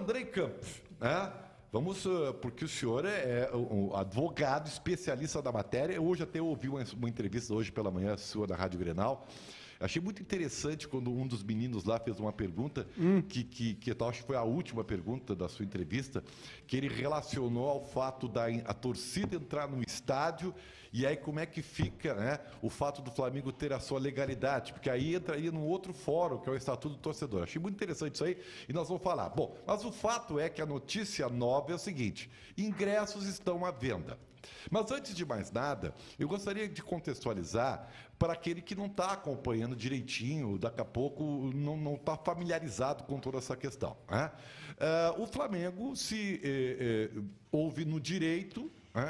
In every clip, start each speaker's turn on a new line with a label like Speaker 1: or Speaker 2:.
Speaker 1: Andrei Campos, né? Vamos, porque o senhor é um advogado especialista da matéria. Hoje até ouvi uma entrevista hoje pela manhã sua na Rádio Grenal. Achei muito interessante quando um dos meninos lá fez uma pergunta, que eu acho que foi a última pergunta da sua entrevista, que ele relacionou ao fato da a torcida entrar no estádio e aí como é que fica, né, o fato do Flamengo ter a sua legalidade, porque aí entraria num outro fórum, que é o Estatuto do Torcedor. Achei muito interessante isso aí e nós vamos falar. Bom, mas o fato é que a notícia nova é o seguinte: ingressos estão à venda. Mas antes de mais nada, eu gostaria de contextualizar para aquele que não está acompanhando direitinho, daqui a pouco não está familiarizado com toda essa questão, né? O Flamengo houve no direito, né,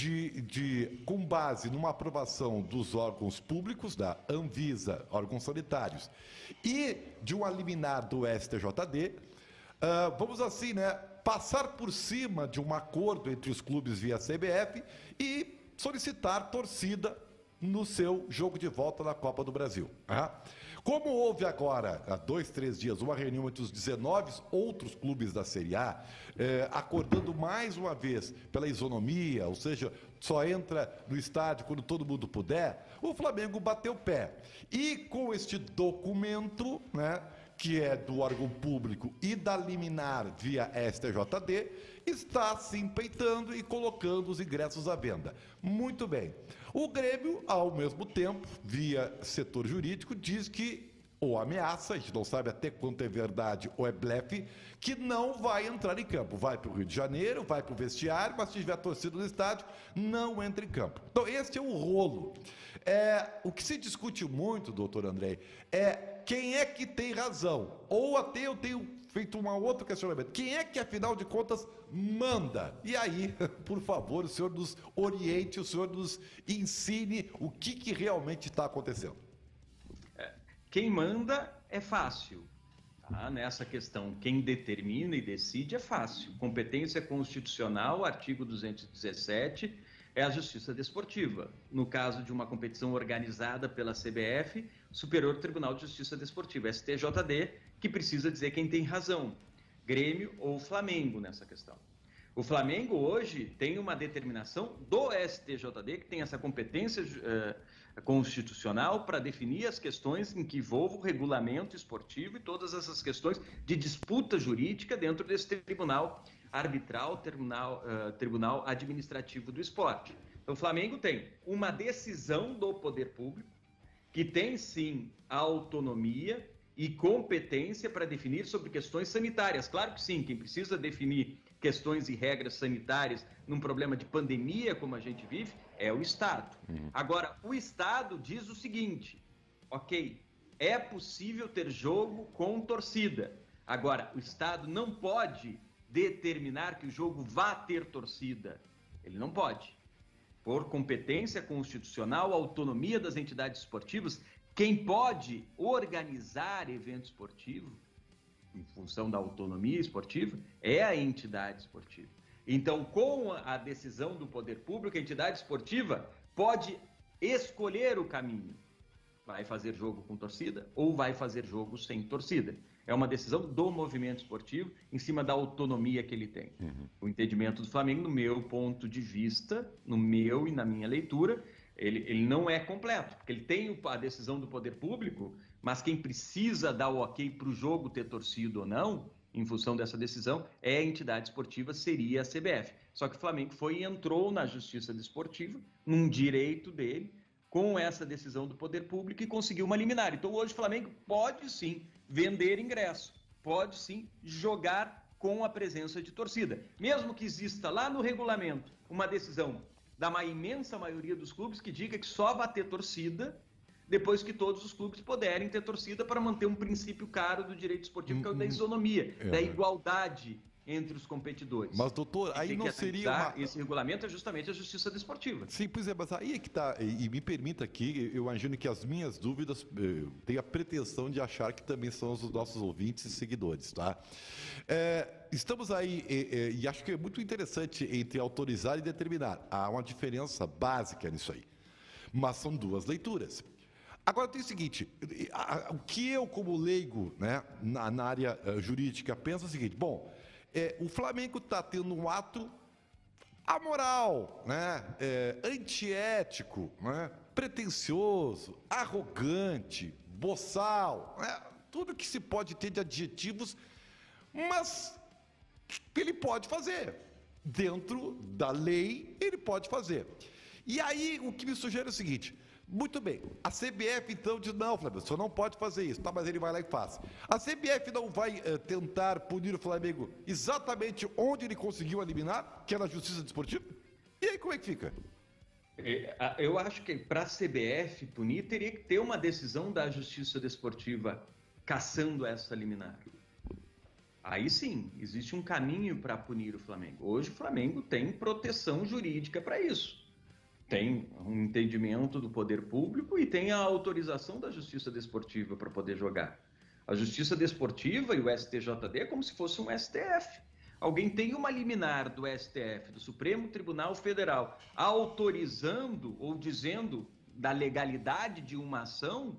Speaker 1: com base numa aprovação dos órgãos públicos, da Anvisa, órgãos sanitários, e de uma liminar do STJD, vamos assim, né, passar por cima de um acordo entre os clubes via CBF e solicitar torcida no seu jogo de volta na Copa do Brasil. Como houve agora, há 2, 3 dias, uma reunião entre os 19 outros clubes da Série A, acordando mais uma vez pela isonomia, ou seja, só entra no estádio quando todo mundo puder, o Flamengo bateu o pé. E com este documento, né, que é do órgão público e da liminar via STJD, está se empeitando e colocando os ingressos à venda. Muito bem. O Grêmio, ao mesmo tempo, via setor jurídico, diz que, ou ameaça, a gente não sabe até quanto é verdade ou é blefe, que não vai entrar em campo. Vai para o Rio de Janeiro, vai para o vestiário, mas se tiver torcida no estádio, não entra em campo. Então, este é o rolo. O que se discute muito, doutor Andrei, é quem é que tem razão. Ou até eu tenho feito um outro questionamento. Quem é que, afinal de contas, manda? E aí, por favor, o senhor nos oriente, o senhor nos ensine o que realmente está acontecendo.
Speaker 2: Quem manda é fácil. Tá? Nessa questão, quem determina e decide é fácil. Competência constitucional, artigo 217, é a Justiça Desportiva. No caso de uma competição organizada pela CBF, Superior Tribunal de Justiça Desportiva, STJD, que precisa dizer quem tem razão, Grêmio ou Flamengo nessa questão. O Flamengo hoje tem uma determinação do STJD, que tem essa competência constitucional para definir as questões em que envolvem o regulamento esportivo e todas essas questões de disputa jurídica dentro desse tribunal arbitral, tribunal administrativo do esporte. Então, o Flamengo tem uma decisão do poder público, que tem sim autonomia e competência para definir sobre questões sanitárias. Claro que sim, quem precisa definir questões e regras sanitárias num problema de pandemia como a gente vive é o Estado. Agora, o Estado diz o seguinte: ok, é possível ter jogo com torcida. Agora, o Estado não pode determinar que o jogo vá ter torcida. Ele não pode. Por competência constitucional, autonomia das entidades esportivas, quem pode organizar evento esportivo, em função da autonomia esportiva, é a entidade esportiva. Então, com a decisão do poder público, a entidade esportiva pode escolher o caminho. Vai fazer jogo com torcida ou vai fazer jogo sem torcida. É uma decisão do movimento esportivo em cima da autonomia que ele tem. O entendimento do Flamengo, no meu ponto de vista, no meu e na minha leitura, ele não é completo, porque ele tem a decisão do poder público, mas quem precisa dar o ok para o jogo ter torcida ou não, em função dessa decisão, é a entidade esportiva, seria a CBF. Só que o Flamengo foi e entrou na Justiça Desportiva, num direito dele, com essa decisão do poder público e conseguiu uma liminar. Então hoje o Flamengo pode sim vender ingresso, pode sim jogar com a presença de torcida. Mesmo que exista lá no regulamento uma decisão da imensa maioria dos clubes que diga que só vai ter torcida depois que todos os clubes puderem ter torcida para manter um princípio caro do direito esportivo, que é o da isonomia, da igualdade entre os competidores.
Speaker 1: Mas, doutor, aí não seria
Speaker 2: esse regulamento é justamente a Justiça Desportiva.
Speaker 1: Sim, pois é, mas aí é que está, e me permita aqui, eu imagino que as minhas dúvidas têm a pretensão de achar que também são os nossos ouvintes e seguidores, tá? Estamos aí, e acho que é muito interessante entre autorizar e determinar. Há uma diferença básica nisso aí, mas são duas leituras. Agora tem o seguinte, o que eu como leigo, né, na área jurídica penso é o seguinte: bom, o Flamengo está tendo um ato amoral, né? Antiético, né? Pretensioso, arrogante, boçal, né? Tudo que se pode ter de adjetivos, mas que ele pode fazer. Dentro da lei, ele pode fazer. E aí, o que me sugere é o seguinte: muito bem, a CBF então diz, não, Flamengo, o senhor não pode fazer isso, tá? Mas ele vai lá e faz. A CBF não vai tentar punir o Flamengo exatamente onde ele conseguiu eliminar, que é na Justiça Desportiva? E aí, como é que fica?
Speaker 2: Eu acho que para a CBF punir, teria que ter uma decisão da Justiça Desportiva cassando essa liminar. Aí sim, existe um caminho para punir o Flamengo. Hoje o Flamengo tem proteção jurídica para isso. Tem um entendimento do poder público e tem a autorização da Justiça Desportiva para poder jogar. A Justiça Desportiva e o STJD é como se fosse um STF. Alguém tem uma liminar do STF, do Supremo Tribunal Federal, autorizando ou dizendo da legalidade de uma ação,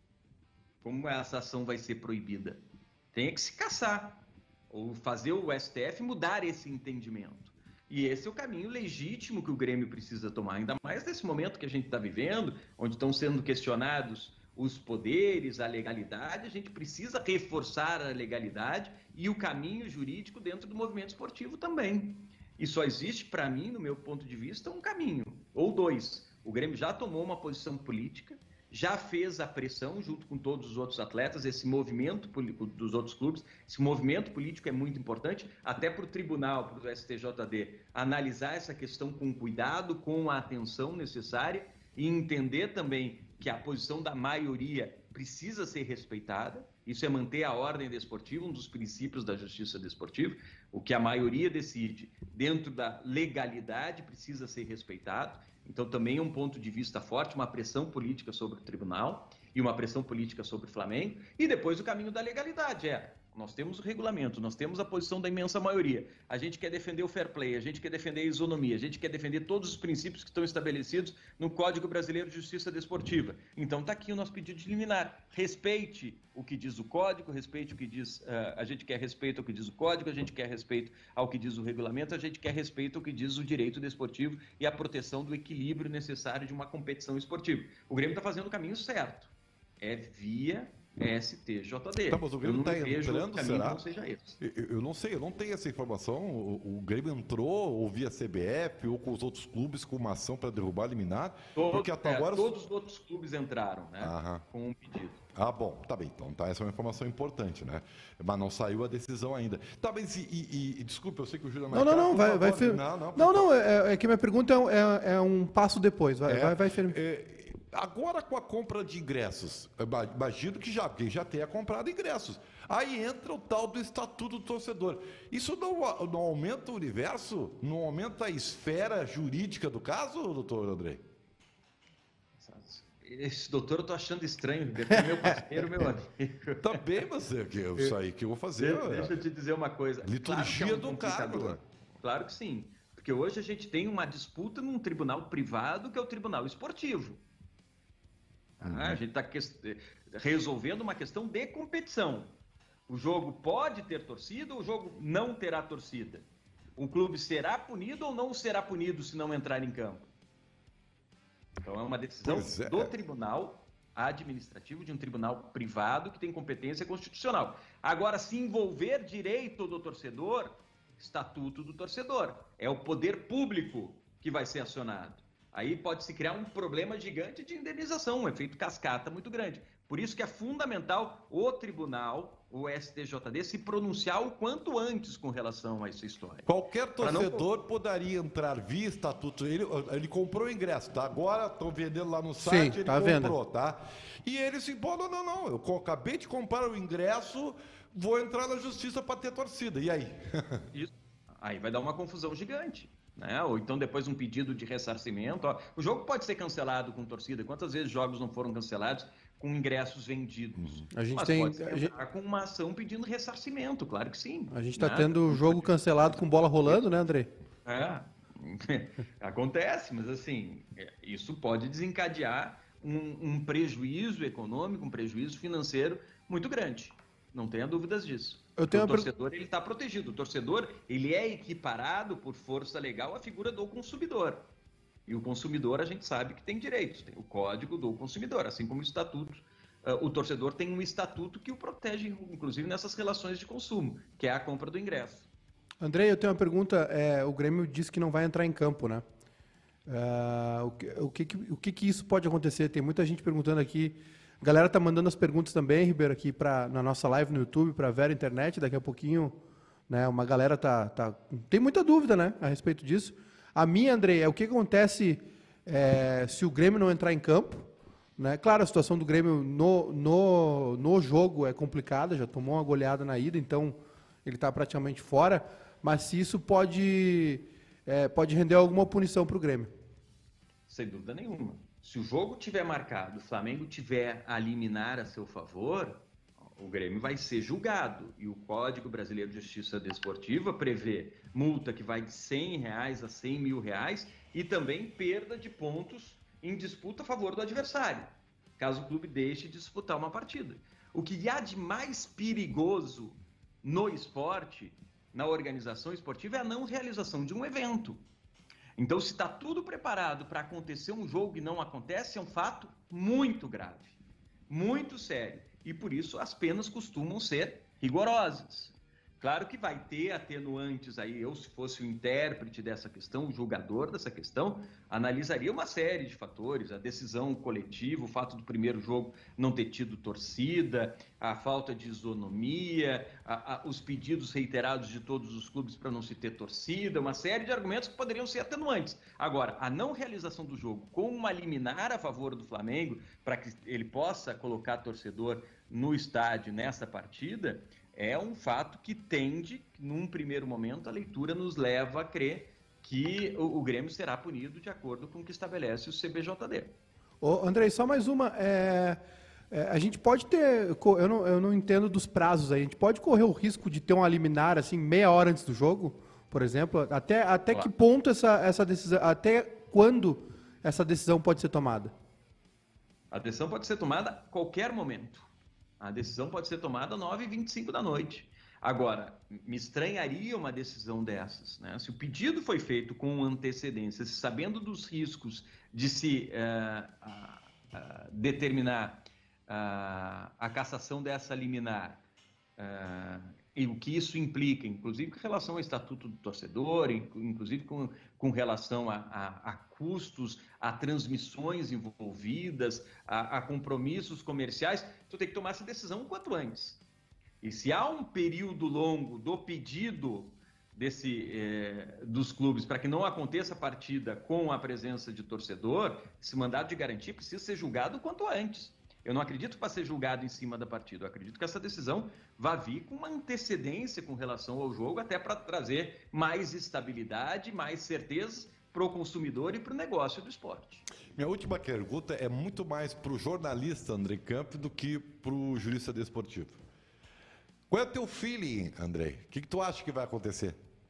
Speaker 2: como essa ação vai ser proibida? Tem que se cassar, ou fazer o STF mudar esse entendimento. E esse é o caminho legítimo que o Grêmio precisa tomar, ainda mais nesse momento que a gente está vivendo, onde estão sendo questionados os poderes, a legalidade. A gente precisa reforçar a legalidade e o caminho jurídico dentro do movimento esportivo também. E só existe, para mim, no meu ponto de vista, um caminho, ou dois. O Grêmio já tomou uma posição política, já fez a pressão junto com todos os outros atletas, esse movimento político dos outros clubes, esse movimento político é muito importante, até para o tribunal, para o STJD, analisar essa questão com cuidado, com a atenção necessária e entender também que a posição da maioria precisa ser respeitada. Isso é manter a ordem desportiva, um dos princípios da justiça desportiva. O que a maioria decide dentro da legalidade precisa ser respeitado. Então, também é um ponto de vista forte, uma pressão política sobre o tribunal e uma pressão política sobre o Flamengo. E depois o caminho da legalidade nós temos o regulamento, nós temos a posição da imensa maioria. A gente quer defender o fair play, a gente quer defender a isonomia, a gente quer defender todos os princípios que estão estabelecidos no Código Brasileiro de Justiça Desportiva. Então, está aqui o nosso pedido de liminar. Respeite o que diz o Código, respeite o que diz... a gente quer respeito ao que diz o Código, a gente quer respeito ao que diz o regulamento, a gente quer respeito ao que diz o direito desportivo e a proteção do equilíbrio necessário de uma competição esportiva. O Grêmio está fazendo o caminho certo. É via STJD.
Speaker 1: Tá, mas o Grêmio está entrando, será?
Speaker 2: Não seja esse.
Speaker 1: Eu não sei, eu não tenho essa informação. O Grêmio entrou, ou via CBF, ou com os outros clubes, com uma ação para derrubar a liminar? Porque até agora...
Speaker 2: Todos os outros clubes entraram, né? Com um pedido.
Speaker 1: Ah, bom, tá bem. Então, essa é uma informação importante, né? Mas não saiu a decisão ainda. Tá bem, desculpa, eu sei que o Júlio...
Speaker 3: Não, é que minha pergunta é um passo depois. Vai firme.
Speaker 1: Agora, com a compra de ingressos, imagino que quem já tenha comprado ingressos. Aí entra o tal do Estatuto do Torcedor. Isso não aumenta o universo? Não aumenta a esfera jurídica do caso, doutor Andrei?
Speaker 2: Esse doutor eu tô achando estranho, é meu parceiro, meu amigo.
Speaker 1: Tá bem, mas isso aí que eu vou fazer.
Speaker 2: Deixa eu te dizer uma coisa.
Speaker 1: Liturgia do cargo, né?
Speaker 2: Claro que sim. Porque hoje a gente tem uma disputa num tribunal privado, que é o Tribunal Esportivo. A gente está resolvendo uma questão de competição. O jogo pode ter torcida ou o jogo não terá torcida? O clube será punido ou não será punido se não entrar em campo? Então é uma decisão do tribunal administrativo, de um tribunal privado que tem competência constitucional. Agora, se envolver direito do torcedor, Estatuto do Torcedor. É o poder público que vai ser acionado. Aí pode-se criar um problema gigante de indenização, um efeito cascata muito grande. Por isso que é fundamental o tribunal, o STJD, se pronunciar o quanto antes com relação a essa história.
Speaker 1: Qualquer torcedor poderia entrar via estatuto. Ele comprou o ingresso, tá? Agora estão vendendo lá no site,
Speaker 3: sim,
Speaker 1: ele
Speaker 3: tá
Speaker 1: comprou,
Speaker 3: vendo.
Speaker 1: Tá? E ele se impõe, não, eu acabei de comprar o ingresso, vou entrar na justiça para ter torcida. E aí?
Speaker 2: Isso. Aí vai dar uma confusão gigante. Né? Ou então depois um pedido de ressarcimento. O jogo pode ser cancelado com torcida. Quantas vezes jogos não foram cancelados com ingressos vendidos?
Speaker 3: A gente
Speaker 2: pode entrar com uma ação pedindo ressarcimento, claro que sim.
Speaker 3: A gente está tendo o jogo cancelado com bola rolando, né, André?
Speaker 2: Acontece, mas assim, isso pode desencadear um prejuízo econômico, um prejuízo financeiro muito grande. não tenha dúvidas disso.
Speaker 3: O
Speaker 2: torcedor ele está protegido. O torcedor ele é equiparado por força legal à figura do consumidor. E o consumidor a gente sabe que tem direitos, tem o Código do Consumidor, assim como o Estatuto. O torcedor tem um estatuto que o protege, inclusive nessas relações de consumo, que é a compra do ingresso.
Speaker 3: Andrei, eu tenho uma pergunta. O Grêmio disse que não vai entrar em campo, né? O que isso pode acontecer? Tem muita gente perguntando aqui. A galera tá mandando as perguntas também, Ribeiro, aqui na nossa live no YouTube, para a Vera Internet. Daqui a pouquinho, né, uma galera tem muita dúvida, né, a respeito disso. A minha, Andrei, o que acontece se o Grêmio não entrar em campo? Né? Claro, a situação do Grêmio no jogo é complicada, já tomou uma goleada na ida, então ele está praticamente fora. Mas se isso pode render alguma punição para o Grêmio.
Speaker 2: Sem dúvida nenhuma. Se o jogo tiver marcado, o Flamengo tiver a liminar a seu favor, o Grêmio vai ser julgado. E o Código Brasileiro de Justiça Desportiva prevê multa que vai de R$100 a R$100 mil e também perda de pontos em disputa a favor do adversário, caso o clube deixe de disputar uma partida. O que há de mais perigoso no esporte, na organização esportiva, é a não realização de um evento. Então, se está tudo preparado para acontecer um jogo e não acontece, é um fato muito grave, muito sério. E por isso as penas costumam ser rigorosas. Claro que vai ter atenuantes aí. Eu, se fosse o intérprete dessa questão, o julgador dessa questão, analisaria uma série de fatores: a decisão coletiva, o fato do primeiro jogo não ter tido torcida, a falta de isonomia, os pedidos reiterados de todos os clubes para não se ter torcida, uma série de argumentos que poderiam ser atenuantes. Agora, a não realização do jogo com uma liminar a favor do Flamengo, para que ele possa colocar torcedor no estádio nessa partida, é um fato que tende, num primeiro momento, a leitura nos leva a crer que o Grêmio será punido de acordo com o que estabelece o CBJD.
Speaker 3: Andrei, só mais uma. A gente pode ter... Eu não entendo dos prazos aí. A gente pode correr o risco de ter uma liminar assim, meia hora antes do jogo, por exemplo? Até claro. Que ponto essa decisão... Até quando essa decisão pode ser tomada?
Speaker 2: A decisão pode ser tomada a qualquer momento. A decisão pode ser tomada às 9h25 da noite. Agora, me estranharia uma decisão dessas, né? Se o pedido foi feito com antecedência, sabendo dos riscos de se determinar a cassação dessa liminar, e o que isso implica, inclusive com relação ao Estatuto do Torcedor, inclusive com relação a custos, a transmissões envolvidas, a compromissos comerciais, tu tem que tomar essa decisão o quanto antes. E se há um período longo do pedido dos clubes para que não aconteça a partida com a presença de torcedor, esse mandado de garantia precisa ser julgado o quanto antes. Eu não acredito que vai ser julgado em cima da partida. Eu acredito que essa decisão vai vir com uma antecedência com relação ao jogo, até para trazer mais estabilidade, mais certeza para o consumidor e para o negócio do esporte.
Speaker 1: Minha última pergunta é muito mais para o jornalista Andrei Campos do que para o jurista desportivo. Qual é o teu feeling, Andrei? O que tu acha que vai acontecer?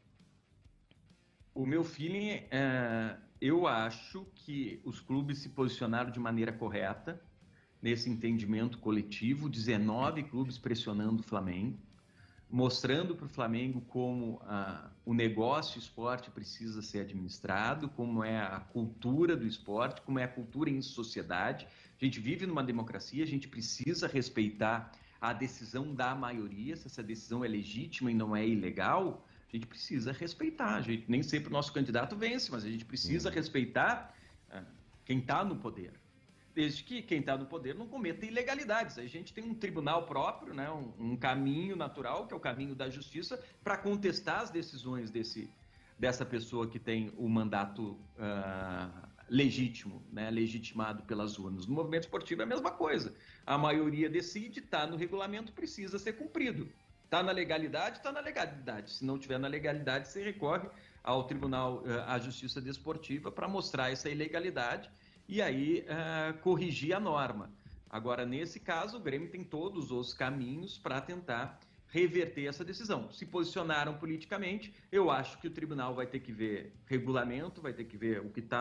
Speaker 2: O meu feeling eu acho que os clubes se posicionaram de maneira correta nesse entendimento coletivo, 19 clubes pressionando o Flamengo, mostrando para o Flamengo como o negócio esporte precisa ser administrado, como é a cultura do esporte, como é a cultura em sociedade. A gente vive numa democracia, a gente precisa respeitar a decisão da maioria. Se essa decisão é legítima e não é ilegal, a gente precisa respeitar. Nem sempre o nosso candidato vence, mas a gente precisa respeitar quem está no poder. Desde que quem está no poder não cometa ilegalidades. A gente tem um tribunal próprio, né, um caminho natural, que é o caminho da justiça, para contestar as decisões dessa pessoa que tem o mandato legítimo, né, legitimado pelas urnas. No movimento esportivo é a mesma coisa. A maioria decide, está no regulamento, precisa ser cumprido. Está na legalidade, está na legalidade. Se não tiver na legalidade, você recorre ao tribunal, à justiça desportiva, para mostrar essa ilegalidade e aí corrigir a norma. Agora, nesse caso, o Grêmio tem todos os caminhos para tentar reverter essa decisão. Se posicionaram politicamente, eu acho que o tribunal vai ter que ver regulamento, vai ter que ver o que está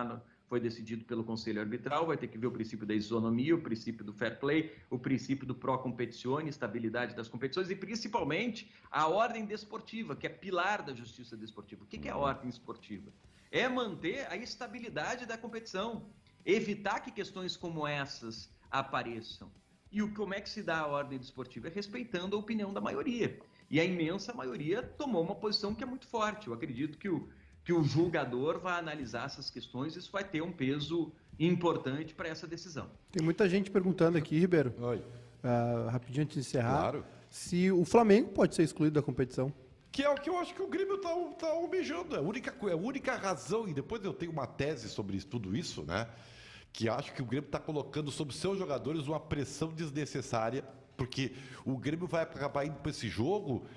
Speaker 2: foi decidido pelo Conselho Arbitral, vai ter que ver o princípio da isonomia, o princípio do fair play, o princípio do pró-competitione, estabilidade das competições e, principalmente, a ordem desportiva, que é pilar da justiça desportiva. O que é a ordem esportiva? É manter a estabilidade da competição, evitar que questões como essas apareçam. E como é que se dá a ordem desportiva? É respeitando a opinião da maioria. E a imensa maioria tomou uma posição que é muito forte. Eu acredito que o julgador vai analisar essas questões e isso vai ter um peso importante para essa decisão.
Speaker 3: Tem muita gente perguntando aqui, Ribeiro, rapidinho antes de encerrar, se o Flamengo pode ser excluído da competição.
Speaker 1: Que é o que eu acho que o Grêmio tá almejando. É a única razão, e depois eu tenho uma tese sobre tudo isso, né? Que acho que o Grêmio está colocando sobre seus jogadores uma pressão desnecessária, porque o Grêmio vai acabar indo para esse jogo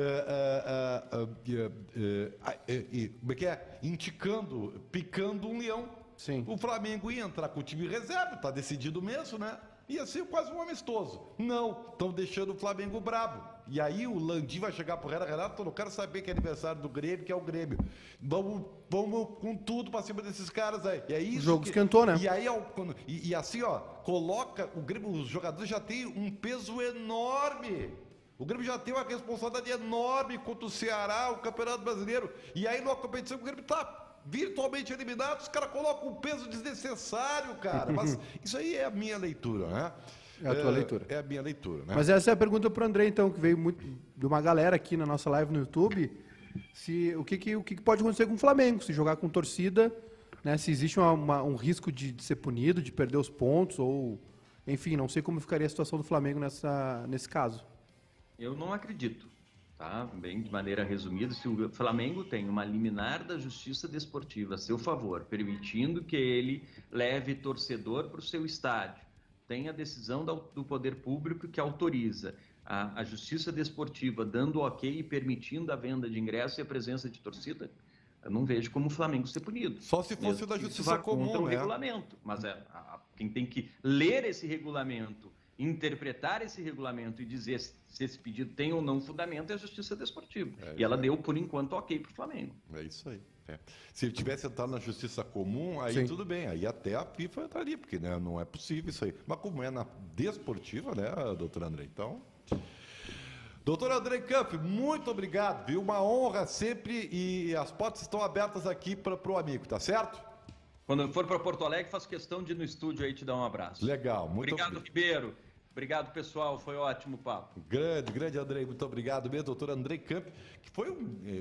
Speaker 1: como é que é? Picando um leão.
Speaker 3: Sim.
Speaker 1: O Flamengo ia entrar com o time reserva, tá decidido mesmo, né? Ia ser quase um amistoso. Não, estão deixando o Flamengo brabo. E aí o Landim vai chegar pro Renato, não quero saber que é aniversário do Grêmio, que é o Grêmio. Vamos com tudo pra cima desses caras aí. E é isso.
Speaker 3: O jogo esquentou, né?
Speaker 1: E aí, e assim, coloca o Grêmio, os jogadores já têm um peso enorme. O Grêmio já tem uma responsabilidade enorme contra o Ceará, o Campeonato Brasileiro. E aí, numa competição, o Grêmio tá virtualmente eliminado, os caras colocam um peso desnecessário, cara. Mas isso aí é a minha leitura, né?
Speaker 3: É a tua leitura.
Speaker 1: É a minha leitura, né?
Speaker 3: Mas essa é a pergunta para o André, então, que veio muito de uma galera aqui na nossa live no YouTube. O que pode acontecer com o Flamengo, se jogar com torcida, né? Se existe um risco de ser punido, de perder os pontos, ou... Enfim, não sei como ficaria a situação do Flamengo nesse caso.
Speaker 2: Eu não acredito. Tá? Bem, de maneira resumida, se o Flamengo tem uma liminar da Justiça Desportiva a seu favor, permitindo que ele leve torcedor para o seu estádio, tem a decisão do poder público que autoriza a Justiça Desportiva dando ok e permitindo a venda de ingresso e a presença de torcida, eu não vejo como o Flamengo ser punido.
Speaker 1: Só se fosse da Justiça Comum,
Speaker 2: contra o
Speaker 1: né?
Speaker 2: regulamento. Mas quem tem que ler esse regulamento, interpretar esse regulamento e dizer se esse pedido tem ou não fundamento é a Justiça Desportiva. E ela deu, por enquanto, ok para o Flamengo.
Speaker 1: É isso aí. Se ele tivesse entrado na Justiça Comum, aí tudo bem. Aí até a FIFA entraria, porque né, não é possível isso aí. Mas como é na desportiva, né, doutor André? Então... Doutor André Camp, muito obrigado, viu? Uma honra sempre e as portas estão abertas aqui para o amigo, tá certo?
Speaker 2: Quando eu for para Porto Alegre, faço questão de ir no estúdio aí te dar um abraço.
Speaker 1: Legal, muito
Speaker 2: obrigado. Ribeiro. Obrigado, pessoal. Foi ótimo o papo.
Speaker 1: Grande André, muito obrigado mesmo, doutor André Camp, que foi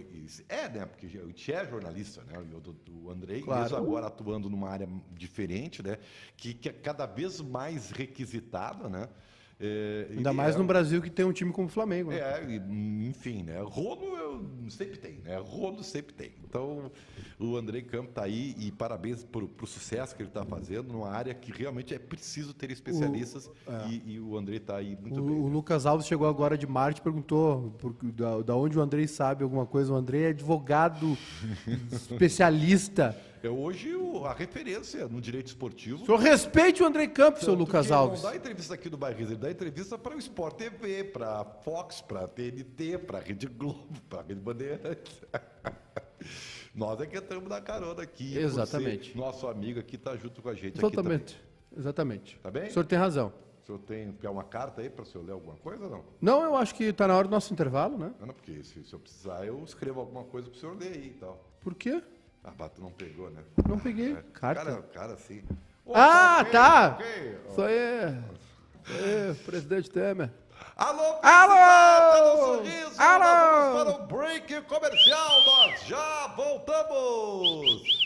Speaker 1: né? Porque o Tchê é jornalista, né? O André,
Speaker 3: claro,
Speaker 1: mesmo agora atuando numa área diferente, né? Que é cada vez mais requisitada, né?
Speaker 3: Ainda mais no Brasil que tem um time como o Flamengo. Né?
Speaker 1: Enfim, né? Rolo sempre tem, né? Rolo sempre tem. Então, o André Campo tá aí e parabéns pro sucesso que ele está fazendo numa área que realmente é preciso ter especialistas e o André tá aí muito bem. O
Speaker 3: Lucas Alves chegou agora de Marte e perguntou da onde o André sabe alguma coisa. O André é advogado especialista.
Speaker 1: É hoje a referência no direito esportivo.
Speaker 3: O senhor respeite o André Campos, seu Lucas Alves.
Speaker 1: Não dá entrevista aqui do Bairrista, ele dá entrevista para o Sport TV, para Fox, para TNT, para Rede Globo, para Rede Bandeirantes. Nós é que estamos na carona aqui.
Speaker 3: Exatamente.
Speaker 1: Você, nosso amigo aqui está junto com a gente.
Speaker 3: Exatamente.
Speaker 1: Aqui
Speaker 3: Exatamente.
Speaker 1: Tá bem?
Speaker 3: O senhor tem razão.
Speaker 1: O senhor quer uma carta aí para o senhor ler alguma coisa ou não?
Speaker 3: Não, eu acho que está na hora do nosso intervalo, né?
Speaker 1: Não, porque se eu precisar, eu escrevo alguma coisa para o senhor ler aí e tal.
Speaker 3: Por quê?
Speaker 1: Tu não pegou, né?
Speaker 3: Não peguei. Carta.
Speaker 1: Cara, sim.
Speaker 3: Tá!
Speaker 1: Okay.
Speaker 3: Isso aí. Presidente Temer.
Speaker 1: Alô!
Speaker 3: Alô!
Speaker 1: Sorriso!
Speaker 3: Alô!
Speaker 1: Vamos para o break comercial. Nós já voltamos.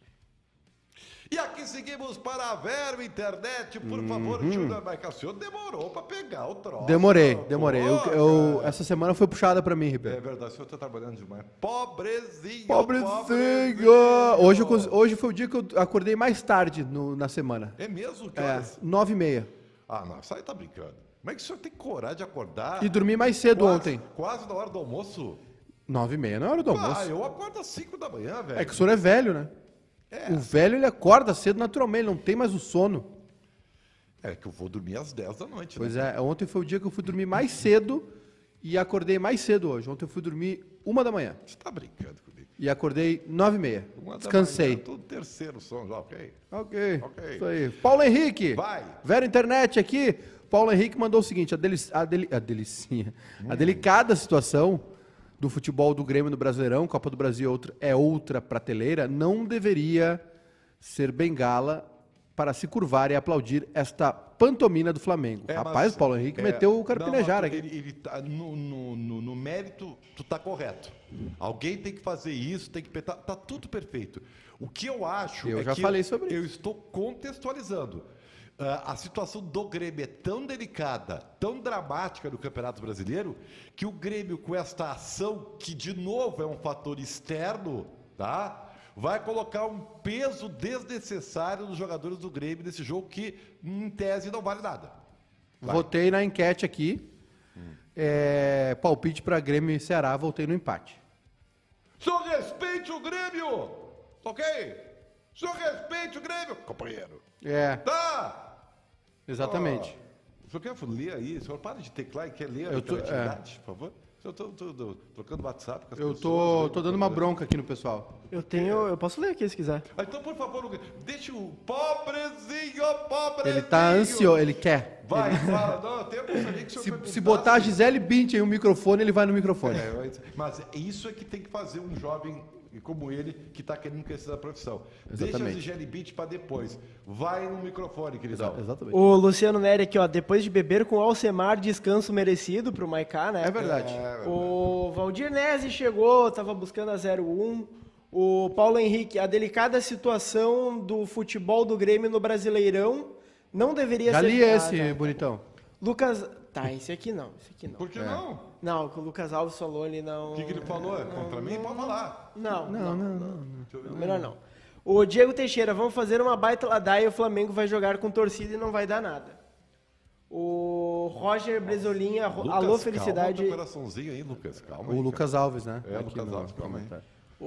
Speaker 1: E aqui seguimos para a Vero Internet. Por favor, Júnior Maica, o senhor demorou para pegar o troço.
Speaker 3: Demorei. Essa semana foi puxada para mim, Ribeiro.
Speaker 1: É verdade, o senhor está trabalhando demais. Pobrezinho.
Speaker 3: Hoje foi o dia que eu acordei mais tarde na semana.
Speaker 1: É mesmo?
Speaker 3: 9h30.
Speaker 1: Ah, não, isso aí tá brincando. Como é que o senhor tem coragem de acordar?
Speaker 3: E dormi mais cedo ontem.
Speaker 1: Quase na hora do almoço?
Speaker 3: 9h30 na hora do almoço.
Speaker 1: Eu acordo às 5 da manhã, velho.
Speaker 3: É que o senhor é velho, né? O velho, ele acorda cedo naturalmente, ele não tem mais o sono.
Speaker 1: É que eu vou dormir às 10 da noite,
Speaker 3: Pois é, ontem foi o dia que eu fui dormir mais cedo e acordei mais cedo hoje. Ontem eu fui dormir 1 da manhã.
Speaker 1: Você tá brincando comigo?
Speaker 3: E acordei 9h30. Descansei.
Speaker 1: Todo terceiro som já, ok?
Speaker 3: Ok. Isso aí. Paulo Henrique.
Speaker 1: Vai.
Speaker 3: Vera Internet aqui. Paulo Henrique mandou o seguinte, a delicada situação do futebol do Grêmio no Brasileirão, Copa do Brasil é outra prateleira, não deveria ser bengala para se curvar e aplaudir esta pantomima do Flamengo. Rapaz, o Paulo Henrique meteu o carpinejar aqui.
Speaker 1: Ele tá, no mérito, tu tá correto. Alguém tem que fazer isso, tem que petar, tá tudo perfeito. O que eu acho
Speaker 3: falei sobre
Speaker 1: eu estou contextualizando. A situação do Grêmio é tão delicada, tão dramática no Campeonato Brasileiro, que o Grêmio, com esta ação, que de novo é um fator externo, tá? Vai colocar um peso desnecessário nos jogadores do Grêmio nesse jogo que, em tese, não vale nada. Vai.
Speaker 3: Votei na enquete aqui. Palpite para Grêmio e Ceará, voltei no empate.
Speaker 1: Só respeite o Grêmio! Ok? Só respeite o Grêmio, companheiro. Tá!
Speaker 3: Exatamente.
Speaker 1: O senhor quer ler aí? O senhor para de teclar e quer ler a interatividade, por favor? Eu estou trocando WhatsApp com as pessoas.
Speaker 3: Eu tô dando uma bronca aqui no pessoal.
Speaker 4: Eu posso ler aqui se quiser.
Speaker 1: Então, por favor, deixa o pobrezinho.
Speaker 3: Ele tá ansioso, ele quer.
Speaker 1: Vai, fala. Não, eu tenho que saber que o senhor
Speaker 3: Se botar a Gisele Bündchen em um microfone, ele vai no microfone.
Speaker 1: Mas isso é que tem que fazer um jovem como ele, que está querendo crescer na profissão.
Speaker 3: Exatamente.
Speaker 1: Deixa a Gisele Bündchen para depois. Vai no microfone, queridão.
Speaker 3: Exatamente.
Speaker 4: O Luciano Neri aqui, ó, depois de beber com Alcemar, descanso merecido pro Maiká, né?
Speaker 3: É verdade.
Speaker 4: O Valdir Nese chegou, tava buscando a 01. O Paulo Henrique, a delicada situação do futebol do Grêmio no Brasileirão não deveria
Speaker 3: Já
Speaker 4: ser...
Speaker 3: li esse, bonitão.
Speaker 4: Lucas... Tá, esse aqui não.
Speaker 1: Por que não?
Speaker 4: Não, o que o Lucas Alves falou, ele não...
Speaker 1: O que ele falou? Contra mim? Pode falar.
Speaker 4: Não. Melhor não. O Diego Teixeira, vamos fazer uma baita ladaia e o Flamengo vai jogar com torcida e não vai dar nada. O Roger Bresolinha, alô, felicidade.
Speaker 1: Calma, coraçãozinho aí, Lucas. Calma aí,
Speaker 3: O Lucas Alves, né?
Speaker 1: É, Lucas Alves, calma aí.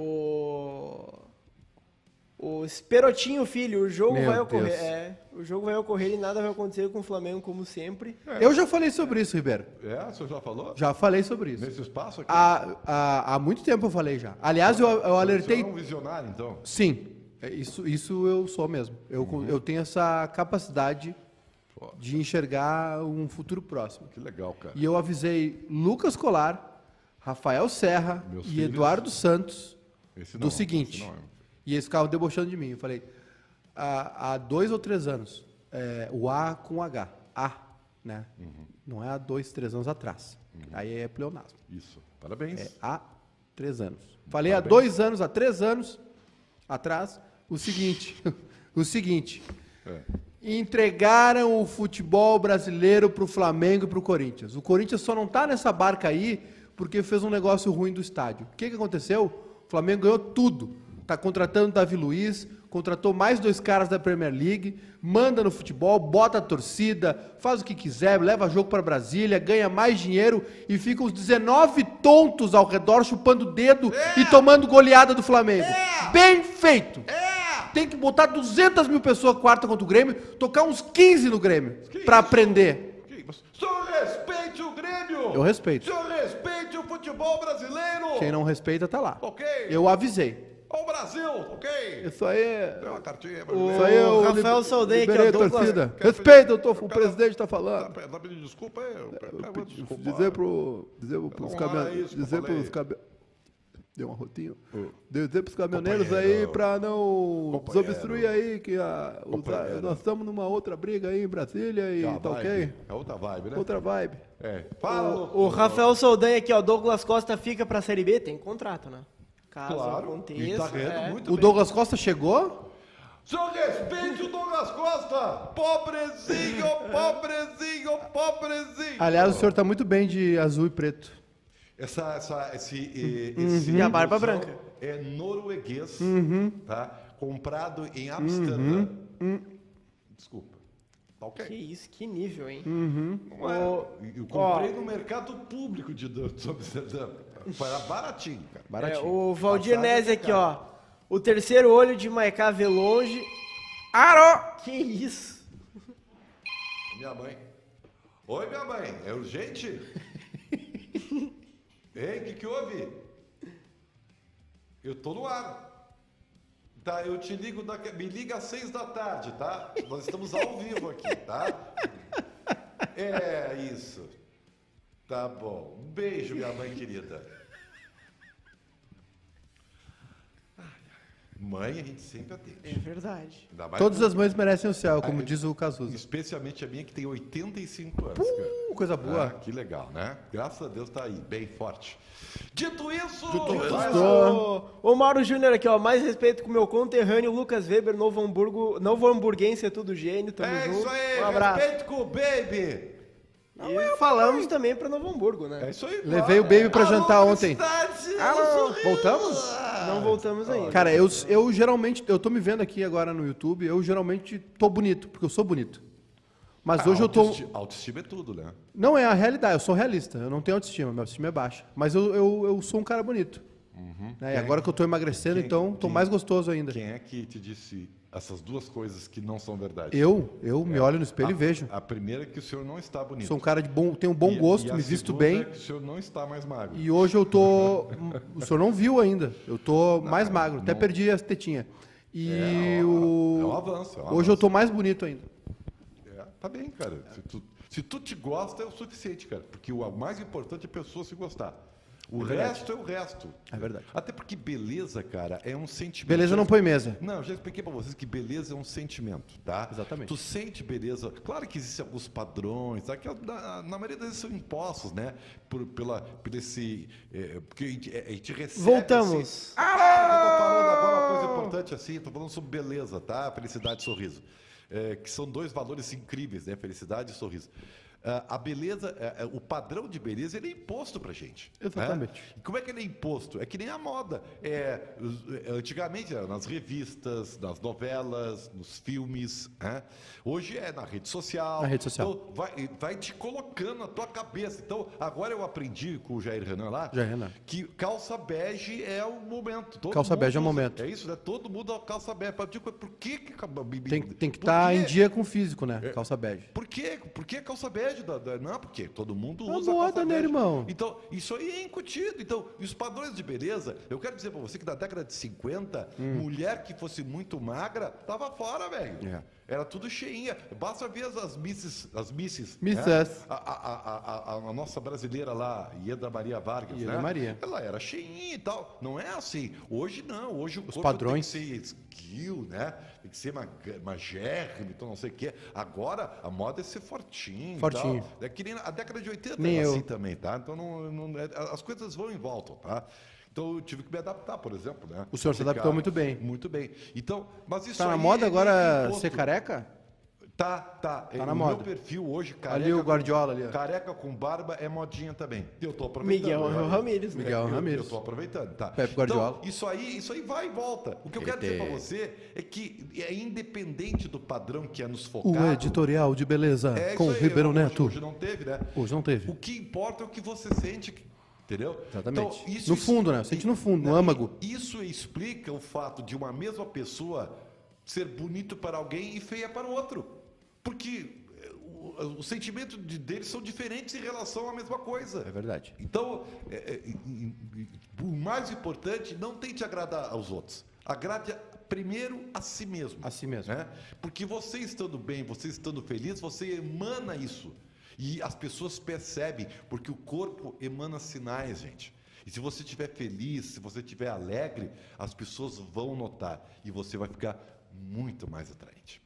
Speaker 4: O Esperotinho Filho, o jogo
Speaker 3: Meu
Speaker 4: vai ocorrer.
Speaker 3: Deus.
Speaker 4: O jogo vai ocorrer e nada vai acontecer com o Flamengo como sempre.
Speaker 3: Eu já falei sobre isso, Ribeiro.
Speaker 1: O senhor já falou?
Speaker 3: Já falei sobre isso.
Speaker 1: Nesse espaço aqui?
Speaker 3: Há muito tempo eu falei já. Aliás, eu alertei...
Speaker 1: O senhor é um visionário, então?
Speaker 3: Sim, isso eu sou mesmo. Eu tenho essa capacidade de enxergar um futuro próximo.
Speaker 1: Que legal, cara.
Speaker 3: E eu avisei Lucas Colar, Rafael Serra
Speaker 1: Meus
Speaker 3: e
Speaker 1: filhos.
Speaker 3: Eduardo Santos
Speaker 1: Esse não,
Speaker 3: do seguinte.
Speaker 1: esse não é.
Speaker 3: E eles ficavam debochando de mim. Eu falei, há 2 ou 3 anos, o A com H, né? Não é há 2, 3 anos atrás. Aí é pleonasmo.
Speaker 1: Isso. Parabéns.
Speaker 3: Há 3 anos. Falei há 2 anos, há 3 anos atrás, o seguinte. Entregaram o futebol brasileiro para o Flamengo e para o Corinthians. O Corinthians só não está nessa barca aí porque fez um negócio ruim do estádio. O que aconteceu? O Flamengo ganhou tudo. Está contratando Davi Luiz, contratou mais 2 caras da Premier League, manda no futebol, bota a torcida, faz o que quiser, leva jogo para Brasília, ganha mais dinheiro e ficam os 19 tontos ao redor chupando o dedo e tomando goleada do Flamengo. Bem feito! Tem que botar 200 mil pessoas quarta contra o Grêmio, tocar uns 15 no Grêmio para aprender.
Speaker 1: Só respeite o Grêmio!
Speaker 3: Eu respeito.
Speaker 1: Só respeite o futebol brasileiro!
Speaker 3: Quem não respeita tá lá.
Speaker 1: Ok.
Speaker 3: Eu avisei.
Speaker 1: Ó o Brasil, ok?
Speaker 3: Isso aí
Speaker 1: Deu uma cartinha
Speaker 3: Isso aí
Speaker 4: O Rafael Saldanha aqui, ó,
Speaker 3: liberei a
Speaker 4: Douglas-
Speaker 3: torcida. Respeita, o presidente tá falando.
Speaker 1: Tá pedindo desculpa aí?
Speaker 3: Dizer pros
Speaker 1: Não era isso que eu falei.
Speaker 3: Deu uma rotinha. Dizer pros caminhoneiros aí pra não
Speaker 1: Companheiro.
Speaker 3: desobstruir aí que
Speaker 1: Companheiro.
Speaker 3: nós estamos numa outra briga aí em Brasília e tá ok?
Speaker 1: É outra vibe, né?
Speaker 3: Outra vibe.
Speaker 1: Fala,
Speaker 4: O Rafael Saldanha aqui, ó, Douglas Costa fica pra Série B? Tem contrato, né? Caso
Speaker 1: Claro,
Speaker 4: aconteça.
Speaker 1: e tá ganhando muito
Speaker 3: O
Speaker 1: bem.
Speaker 3: Douglas Costa chegou?
Speaker 1: Só respeite o Douglas Costa! Pobrezinho!
Speaker 3: Aliás, o senhor tá muito bem de azul e preto.
Speaker 1: Esse
Speaker 4: E a barba
Speaker 1: blusão
Speaker 4: branca.
Speaker 1: é norueguês, tá? Comprado em Amsterdã. Desculpa. Tá ok?
Speaker 4: Que isso, que nível, hein?
Speaker 1: Não é. Eu comprei no mercado público de Amsterdã. Era baratinho, cara.
Speaker 3: Baratinho.
Speaker 4: O Valdir
Speaker 1: Passagem
Speaker 4: Nese
Speaker 1: é
Speaker 4: aqui,
Speaker 1: caro.
Speaker 4: ó. O terceiro olho de Maiká vê longe. Aró! Que isso?
Speaker 1: Minha mãe. Oi, minha mãe. É urgente? Ei, o que houve? Eu tô no ar. Tá, eu te ligo, me liga às 6 da tarde, tá? Nós estamos ao vivo aqui, tá? É isso. Tá bom. Um beijo, minha mãe querida. Mãe, a gente sempre atende.
Speaker 4: É verdade.
Speaker 1: Ainda mais
Speaker 3: Todas as mães merecem o céu, como
Speaker 1: Ah,
Speaker 3: diz o Cazuza.
Speaker 1: especialmente a minha, que tem 85 anos. cara.
Speaker 3: Coisa boa.
Speaker 1: Ah, que legal, né? Graças a Deus tá aí, bem forte. Dito isso,
Speaker 4: Mas o Mauro Júnior aqui, ó, mais respeito com o meu conterrâneo Lucas Weber, Novo Hamburguense, é tudo gênio, tamo
Speaker 1: é
Speaker 4: junto.
Speaker 1: isso aí,
Speaker 4: Um abraço.
Speaker 1: respeito com o baby.
Speaker 4: E falamos também pra Novo Hamburgo, né?
Speaker 1: É isso aí.
Speaker 3: Levei o baby pra jantar ontem.
Speaker 1: Alô,
Speaker 3: Voltamos?
Speaker 4: Não voltamos ainda.
Speaker 3: Cara, eu geralmente, eu tô me vendo aqui agora no YouTube, eu geralmente tô bonito, porque eu sou bonito. Mas hoje eu tô...
Speaker 1: Autoestima é tudo, né?
Speaker 3: Não, é a realidade, eu sou realista, eu não tenho autoestima, minha autoestima é baixa. Mas eu sou um cara bonito. Né? E agora que eu tô emagrecendo, então, tô mais gostoso ainda.
Speaker 1: Quem é que te disse essas duas coisas que não são verdade?
Speaker 3: Eu me olho no espelho e vejo.
Speaker 1: A primeira é que o senhor não está bonito.
Speaker 3: Sou um cara de bom, tenho um bom
Speaker 1: E
Speaker 3: gosto,
Speaker 1: a
Speaker 3: me visto
Speaker 1: segunda
Speaker 3: bem.
Speaker 1: É que o senhor não está mais magro.
Speaker 3: E hoje eu tô... O senhor não viu ainda. Eu tô mais magro, até perdi as tetinhas. E
Speaker 1: É um avanço.
Speaker 3: Hoje eu tô mais bonito ainda.
Speaker 1: Tá bem, cara. Se tu te gosta, é o suficiente, cara. Porque o mais importante é a pessoa se gostar. O resto é o resto.
Speaker 3: É verdade.
Speaker 1: Até porque beleza, cara, é um sentimento.
Speaker 3: Beleza não põe mesa.
Speaker 1: Não, eu já expliquei pra vocês que beleza é um sentimento, tá?
Speaker 3: Exatamente.
Speaker 1: Tu sente beleza. Claro que existem alguns padrões, tá? Que na maioria das vezes são impostos, né? Por esse... porque a gente recebe...
Speaker 4: Voltamos.
Speaker 1: Assim, eu tô falando agora uma coisa importante assim, tô falando sobre beleza, tá? Felicidade e sorriso. Que são dois valores incríveis, né? Felicidade e sorriso. A beleza, o padrão de beleza, ele é imposto pra gente.
Speaker 3: Exatamente.
Speaker 1: Né? E como é que ele é imposto? É que nem a moda. Antigamente era nas revistas, nas novelas, nos filmes. Né? Hoje é na rede social.
Speaker 3: Na rede social.
Speaker 1: Então, vai te colocando na tua cabeça. Então, agora eu aprendi com o Jair Renan lá que calça bege é o momento.
Speaker 3: Calça bege é o momento.
Speaker 1: É isso, né? Todo mundo calça bege. Por que
Speaker 3: tem que estar em dia com o físico, né? Calça bege.
Speaker 1: Por quê? Por que calça bege? Não, porque todo mundo
Speaker 3: É
Speaker 1: usa
Speaker 3: moda,
Speaker 1: calça
Speaker 3: né,
Speaker 1: bege.
Speaker 3: irmão?
Speaker 1: Então, isso aí é incutido. Então, e os padrões de beleza, eu quero dizer pra você que na década de 50, mulher que fosse muito magra, tava fora, velho. Era tudo cheinha. Basta ver as misses.
Speaker 3: Misses.
Speaker 1: Né? A nossa brasileira lá, Ieda Maria Vargas,
Speaker 3: Ieda
Speaker 1: né?
Speaker 3: Maria.
Speaker 1: Ela era cheinha e tal. Não é assim. Hoje não. Hoje o corpo
Speaker 3: padrões.
Speaker 1: tem que ser esguio, né? Tem que ser magérrimo, então não sei o quê. Agora, a moda é ser fortinho.
Speaker 3: Fortinho.
Speaker 1: Tal. É que nem a década de 80
Speaker 3: Nem
Speaker 1: era
Speaker 3: eu.
Speaker 1: assim também, tá? Então as coisas vão e voltam, tá? Então eu tive que me adaptar, por exemplo, né?
Speaker 3: O senhor se adaptou muito bem.
Speaker 1: Muito bem. Então, mas isso
Speaker 3: Tá na
Speaker 1: aí
Speaker 3: moda
Speaker 1: é
Speaker 3: agora
Speaker 1: imposto.
Speaker 3: ser careca?
Speaker 1: Tá
Speaker 3: na
Speaker 1: o
Speaker 3: moda.
Speaker 1: meu perfil hoje, careca.
Speaker 3: Ali o Guardiola ali, ó.
Speaker 1: Careca com barba é modinha também. Eu tô aproveitando.
Speaker 4: Miguel Ramírez.
Speaker 3: Miguel Ramírez.
Speaker 1: Eu tô aproveitando, tá?
Speaker 3: Pepe Guardiola.
Speaker 1: Então, isso aí vai e volta. O que eu quero dizer pra você é que é independente do padrão que é nos focado.
Speaker 3: O editorial de beleza
Speaker 1: É
Speaker 3: com
Speaker 1: isso aí,
Speaker 3: Ribeirão Neto.
Speaker 1: Hoje não teve, né?
Speaker 3: Hoje não teve.
Speaker 1: O que importa é o que você sente, entendeu?
Speaker 3: Exatamente.
Speaker 1: Então,
Speaker 3: No fundo, né? Sente no fundo, no âmago.
Speaker 1: Isso explica o fato de uma mesma pessoa ser bonito para alguém e feia para o outro. Porque o sentimento deles são diferentes em relação à mesma coisa.
Speaker 3: É verdade.
Speaker 1: Então, o mais importante, não tente agradar aos outros. Agrade primeiro a si mesmo.
Speaker 3: A si mesmo.
Speaker 1: Né? Porque você estando bem, você estando feliz, você emana isso. E as pessoas percebem, porque o corpo emana sinais, gente. E se você estiver feliz, se você estiver alegre, as pessoas vão notar. E você vai ficar muito mais atraente.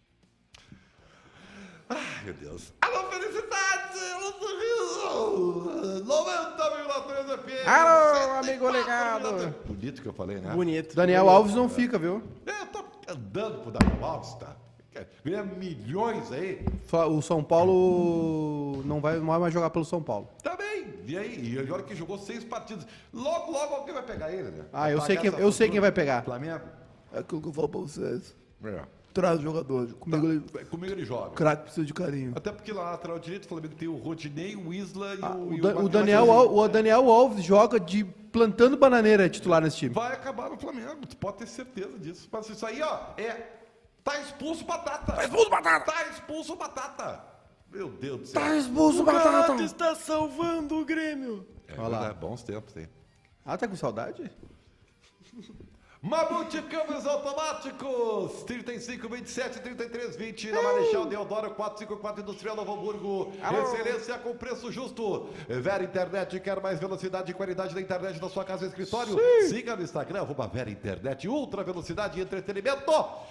Speaker 1: Ai, meu Deus. Alô, felicidade! Alô, sorriso! 90,3 FM!
Speaker 3: Alô, amigo ligado!
Speaker 1: Bonito que eu falei, né?
Speaker 4: Bonito.
Speaker 3: Daniel Alves não fica, viu?
Speaker 1: Eu tô andando pro Daniel Alves, tá? Ganha milhões aí.
Speaker 3: O São Paulo não vai mais jogar pelo São Paulo.
Speaker 1: Tá bem. E aí? E agora que jogou 6 partidas. Logo alguém vai pegar ele, né?
Speaker 3: Ah, eu sei quem vai pegar.
Speaker 1: Flamengo?
Speaker 5: É aquilo que eu falo pra vocês.
Speaker 1: É.
Speaker 5: Traz o jogador.
Speaker 1: Comigo ele joga.
Speaker 5: O craque precisa de carinho.
Speaker 1: Até porque lá na lateral direito o Flamengo tem o Rodinei, o Isla e
Speaker 3: O Daniel Alves joga de plantando bananeira titular nesse time.
Speaker 1: Vai acabar no Flamengo, tu pode ter certeza disso. Mas isso aí, ó, tá expulso Batata. Tá expulso Batata. Tá expulso Batata. Meu Deus do céu.
Speaker 3: Tá expulso,
Speaker 4: O
Speaker 3: Batata.
Speaker 4: Gato está salvando o Grêmio.
Speaker 1: Olha lá. Bons tempos, hein?
Speaker 3: Ah, tá com saudade?
Speaker 1: Mamute Câmbios Automáticos, 35, 27, 33, 20, na Marechal Deodoro, 454 Industrial Novo Hamburgo. Excelência com preço justo. Vera Internet, quer mais velocidade e qualidade da internet na sua casa e escritório? Siga no Instagram, @Vera Internet, ultra velocidade e entretenimento.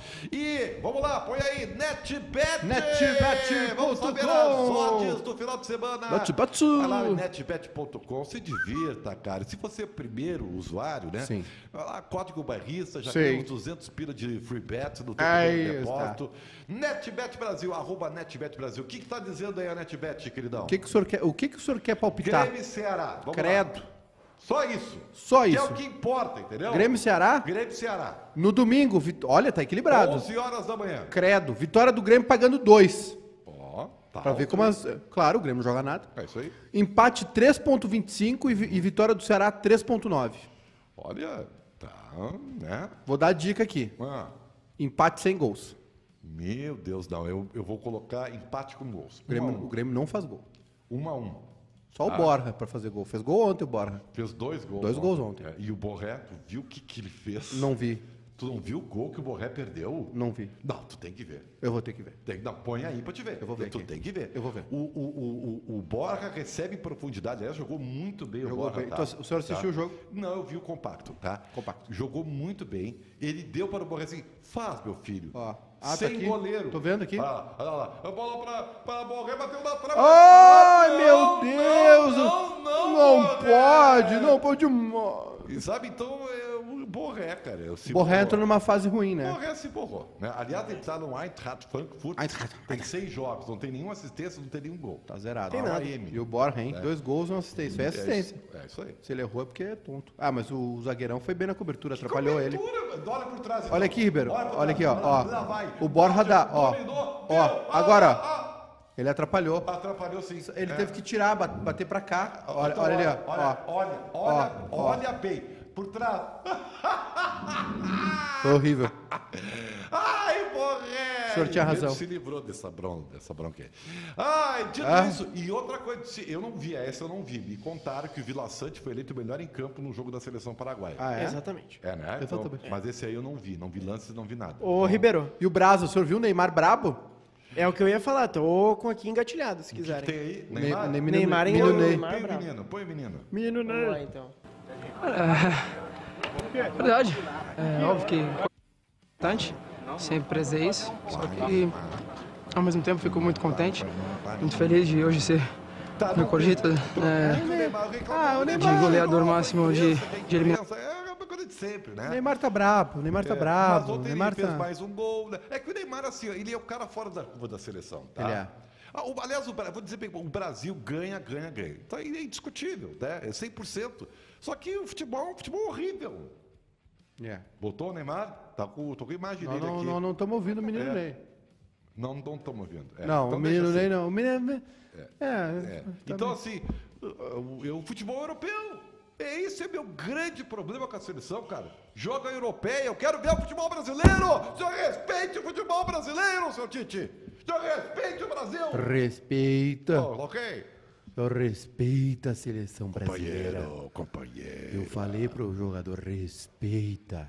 Speaker 1: E, vamos lá, põe aí, NetBet. Vamos saber as odds do final de semana.
Speaker 3: NetBet.
Speaker 1: Vai lá em netbet.com, se divirta, cara. Se você é o primeiro usuário, né?
Speaker 3: Sim.
Speaker 1: Vai lá, código barrista, já
Speaker 3: Sim.
Speaker 1: tem uns 200 pila de free bets no teu
Speaker 3: Aí
Speaker 1: depósito. NetBet Brasil, @NetBet Brasil. O que tá dizendo aí a NetBet, queridão?
Speaker 3: O que o senhor quer palpitar?
Speaker 1: Grêmio e Ceará. Vamos
Speaker 3: Credo.
Speaker 1: lá. Só isso.
Speaker 3: Só
Speaker 1: Que
Speaker 3: isso.
Speaker 1: é o que importa, entendeu?
Speaker 3: Grêmio e Ceará?
Speaker 1: Grêmio e Ceará.
Speaker 3: No domingo, olha, tá equilibrado.
Speaker 1: 11 horas da manhã.
Speaker 3: Credo. Vitória do Grêmio pagando 2.
Speaker 1: Ó, tá
Speaker 3: Pra ver
Speaker 1: alto,
Speaker 3: como
Speaker 1: hein?
Speaker 3: Claro, o Grêmio não joga nada.
Speaker 1: É isso aí.
Speaker 3: Empate 3.25 e vitória do Ceará 3.9.
Speaker 1: Olha, tá, né?
Speaker 3: Vou dar a dica aqui.
Speaker 1: Ah,
Speaker 3: Empate sem gols.
Speaker 1: meu Deus, não. Eu vou colocar empate com gols.
Speaker 3: O Grêmio não faz gol.
Speaker 1: 1-1.
Speaker 3: Só o Borja pra fazer gol. Fez gol ontem o Borja.
Speaker 1: Fez 2 gols.
Speaker 3: 2 gols ontem.
Speaker 1: É, e o Borré, tu viu o que ele fez?
Speaker 3: Não vi.
Speaker 1: Tu não viu o gol que o Borré perdeu?
Speaker 3: Não vi.
Speaker 1: Não, tu tem que ver.
Speaker 3: Eu vou ter que ver.
Speaker 1: Não, põe aí pra te ver.
Speaker 3: Eu vou ver
Speaker 1: Tu
Speaker 3: aqui.
Speaker 1: tem que ver.
Speaker 3: Eu vou ver.
Speaker 1: O Borja recebe em profundidade. Aliás, jogou muito bem
Speaker 3: Jogou
Speaker 1: o Borja.
Speaker 3: bem.
Speaker 1: Tá?
Speaker 3: Então, o senhor assistiu o jogo?
Speaker 1: Não, eu vi o compacto, tá?
Speaker 3: Compacto.
Speaker 1: Jogou muito bem. Ele deu para o Borja assim, faz, meu filho.
Speaker 3: Ó.
Speaker 1: Sem
Speaker 3: tá aqui.
Speaker 1: goleiro.
Speaker 3: Tô vendo aqui.
Speaker 1: Olha lá. A bola para Borja, bateu na trave.
Speaker 3: Ai, meu Deus!
Speaker 1: Não
Speaker 3: pode.
Speaker 1: E sabe, então, o Borré, cara.
Speaker 3: Borré entrou numa fase ruim, né?
Speaker 1: Borré se borrou. Né? Aliás, ele tá no Eintracht Frankfurt. Tem 6 jogos, não tem nenhuma assistência, não tem nenhum gol.
Speaker 3: Tá zerado.
Speaker 4: Tem nada.
Speaker 3: E o Borja, hein? 2 gols, uma assistência. Isso é assistência.
Speaker 1: É isso aí.
Speaker 3: Se ele errou é porque é tonto. Ah, mas o zagueirão foi bem na cobertura, atrapalhou ele.
Speaker 1: Olha por trás.
Speaker 3: Olha aqui, Ribeiro. Olha aqui, ó.
Speaker 1: Lá vai.
Speaker 3: O Borja dá, ó.
Speaker 1: Dominou,
Speaker 3: Ó,
Speaker 1: deu.
Speaker 3: agora, ó. Ele atrapalhou.
Speaker 1: Atrapalhou sim.
Speaker 3: Ele teve que tirar, bater pra cá. Olha ali, ó.
Speaker 1: Olha bem. Por trás.
Speaker 3: Foi horrível.
Speaker 1: Ai, Borré!
Speaker 3: O senhor tinha razão.
Speaker 1: Ele se livrou dessa bronca aí. Ai, dito isso. E outra coisa, eu não vi essa, eu não vi. Me contaram que o Vila Sante foi eleito o melhor em campo no jogo da seleção paraguaia.
Speaker 3: Ah, é?
Speaker 4: Exatamente.
Speaker 1: É, né? Então,
Speaker 3: Exatamente.
Speaker 1: mas esse aí eu não vi lances, não vi nada.
Speaker 4: Ô, Ribeiro,
Speaker 3: E o Brasa, o senhor viu o Neymar brabo?
Speaker 4: é o que eu ia falar. Tô com aqui engatilhado, se
Speaker 1: O que
Speaker 4: quiserem.
Speaker 1: tem aí?
Speaker 4: Neymar em
Speaker 3: menino Ney.
Speaker 4: Neymar.
Speaker 1: Põe o menino.
Speaker 3: Menino
Speaker 4: Vamos lá, então.
Speaker 6: Verdade. É óbvio que é importante, sempre prezei isso. Só que, ao mesmo tempo, fico muito contente, muito feliz de hoje ser meu corjito de goleador máximo de eliminação.
Speaker 1: É uma coisa de sempre, né?
Speaker 3: O Neymar tá brabo, o Neymar tá
Speaker 1: Mas
Speaker 3: brabo. O
Speaker 1: ontem
Speaker 3: Neymar
Speaker 1: ele fez
Speaker 3: tá...
Speaker 1: mais um gol. Né? É que o Neymar, assim, ó, ele é o cara fora da curva da seleção, tá?
Speaker 3: Ele é.
Speaker 1: Aliás, vou dizer bem, o Brasil ganha. Então é indiscutível, né? É 100%. Só que o futebol é um futebol horrível.
Speaker 3: É.
Speaker 1: Botou o Neymar? Tô com a imagem dele aqui.
Speaker 3: Não estamos ouvindo o menino
Speaker 1: É.
Speaker 3: Ney.
Speaker 1: Não estamos ouvindo. É,
Speaker 3: Não,
Speaker 1: então
Speaker 3: o menino
Speaker 1: deixa assim.
Speaker 3: Ney não. O menino...
Speaker 1: Então, assim, o futebol europeu. Esse é meu grande problema com a seleção, cara. Joga europeia, eu quero ver o futebol brasileiro. Senhor, respeite o futebol brasileiro, seu Tite. Senhor, respeite o Brasil.
Speaker 3: Respeita.
Speaker 1: Ok?
Speaker 3: Respeita a seleção brasileira.
Speaker 1: Companheiro.
Speaker 3: Eu falei pro jogador, respeita.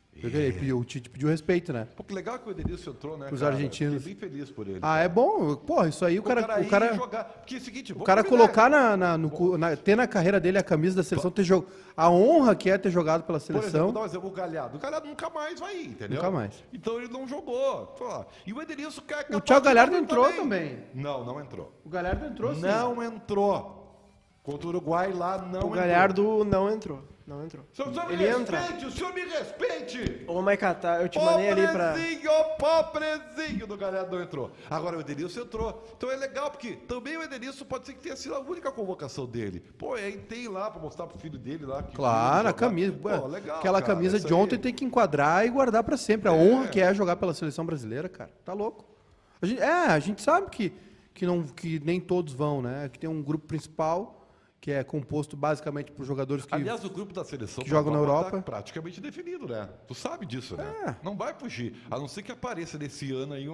Speaker 3: O Tite pediu respeito, né?
Speaker 1: Pô, que legal que o Edenilson entrou, né?
Speaker 3: Os
Speaker 1: cara?
Speaker 3: argentinos.
Speaker 1: Fiquei bem feliz por ele.
Speaker 3: Ah, é bom. Porra, isso aí o cara
Speaker 1: ir jogar. Porque é o seguinte,
Speaker 3: o cara colocar ter na carreira dele a camisa da seleção, ter jogo, a honra que é ter jogado pela
Speaker 1: Por exemplo,
Speaker 3: seleção.
Speaker 1: dá um exemplo, o Galhardo nunca mais vai ir, entendeu?
Speaker 3: Nunca mais.
Speaker 1: Então ele não jogou. Pô, e o Edenilson quer
Speaker 3: O Thiago Galhardo entrou também.
Speaker 1: Não entrou.
Speaker 3: O Galhardo entrou, sim.
Speaker 1: Não entrou. Contra o Uruguai lá não entrou.
Speaker 4: O Galhardo não entrou. Não entrou.
Speaker 1: O senhor
Speaker 4: Ele
Speaker 1: me
Speaker 4: entra.
Speaker 1: respeite, o senhor me respeite.
Speaker 4: Ô, Maicata, eu te mandei ali pra...
Speaker 1: Pobrezinho do Galhardo não entrou. Agora o Edenilson entrou. Então é legal, porque também o Edenilson pode ser que tenha sido a única convocação dele. Pô, aí tem lá pra mostrar pro filho dele lá. Que
Speaker 3: Claro, a
Speaker 1: jogar.
Speaker 3: camisa.
Speaker 1: Pô, legal,
Speaker 3: Aquela
Speaker 1: cara,
Speaker 3: camisa
Speaker 1: isso
Speaker 3: de ontem
Speaker 1: aí.
Speaker 3: tem que enquadrar e guardar pra sempre. A honra que é jogar pela seleção brasileira, cara. Tá louco. A gente sabe que nem todos vão, né? Que tem um grupo principal que é composto basicamente por jogadores que...
Speaker 1: Aliás, o grupo da seleção
Speaker 3: que jogam na Europa.
Speaker 1: tá praticamente definido, né? Tu sabe disso, né?
Speaker 3: É.
Speaker 1: Não vai fugir. A não ser que apareça nesse ano aí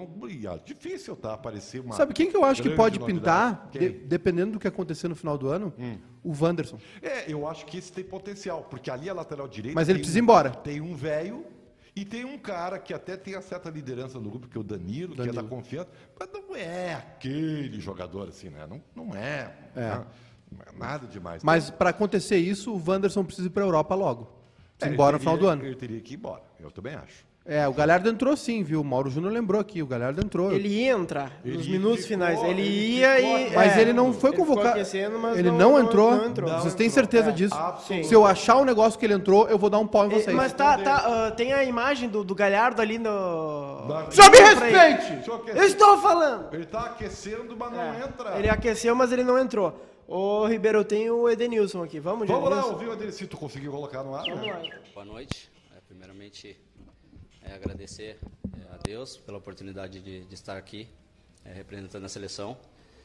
Speaker 1: difícil, tá? Aparecer uma...
Speaker 3: Sabe quem que eu acho que
Speaker 1: grande
Speaker 3: pode
Speaker 1: novidade.
Speaker 3: pintar,
Speaker 1: Quem?
Speaker 3: dependendo do que acontecer no final do ano? o Wanderson.
Speaker 1: Eu acho que esse tem potencial, porque ali a lateral direita...
Speaker 3: Mas ele precisa ir embora.
Speaker 1: Tem um velho e tem um cara que até tem a certa liderança no grupo, que é o Danilo, que é da confiança, mas não é aquele jogador assim, né? Não é. Não é nada demais.
Speaker 3: Mas para acontecer isso, o Wanderson precisa ir para a Europa logo. Precisa ir embora no final do ano.
Speaker 1: Ele teria que ir embora, eu também acho.
Speaker 3: O Galhardo entrou sim, viu? O Mauro Júnior lembrou aqui, o Galhardo entrou.
Speaker 4: Ele ia entrar nos minutos finais. Ele
Speaker 3: ia Mas ele não foi convocado. Ele não entrou. Vocês têm certeza disso? Se eu achar o negócio que ele entrou, eu vou dar um pau em vocês.
Speaker 4: Mas tem a imagem do Galhardo ali no...
Speaker 3: Só me respeite!
Speaker 4: Eu estou falando!
Speaker 1: Ele tá aquecendo, mas não entra.
Speaker 4: Ele aqueceu, mas ele não entrou. Ô, Ribeiro, eu tenho o Edenilson aqui. Vamos
Speaker 1: lá, ouvir o Edenilson, se tu conseguir colocar no ar.
Speaker 4: Vamos lá.
Speaker 7: Boa noite. Primeiramente, agradecer a Deus pela oportunidade de estar aqui representando a seleção.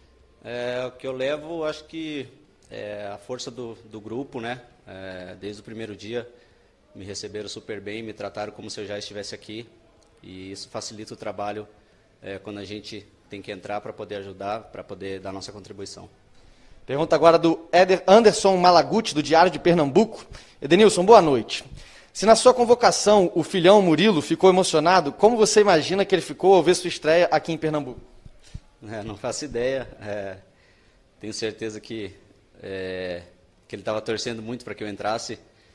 Speaker 7: O que eu levo, acho que a força do grupo, né? Desde o primeiro dia, me receberam super bem, me trataram como se eu já estivesse aqui. E isso facilita o trabalho quando a gente tem que entrar para poder ajudar, para poder dar nossa contribuição.
Speaker 8: Pergunta agora do Anderson Malaguti, do Diário de Pernambuco. Edenilson, boa noite. Se na sua convocação o filhão Murilo ficou emocionado, como você imagina que ele ficou ao ver sua estreia aqui em Pernambuco?
Speaker 7: Não faço ideia. Tenho certeza que ele estava torcendo muito para que eu entrasse.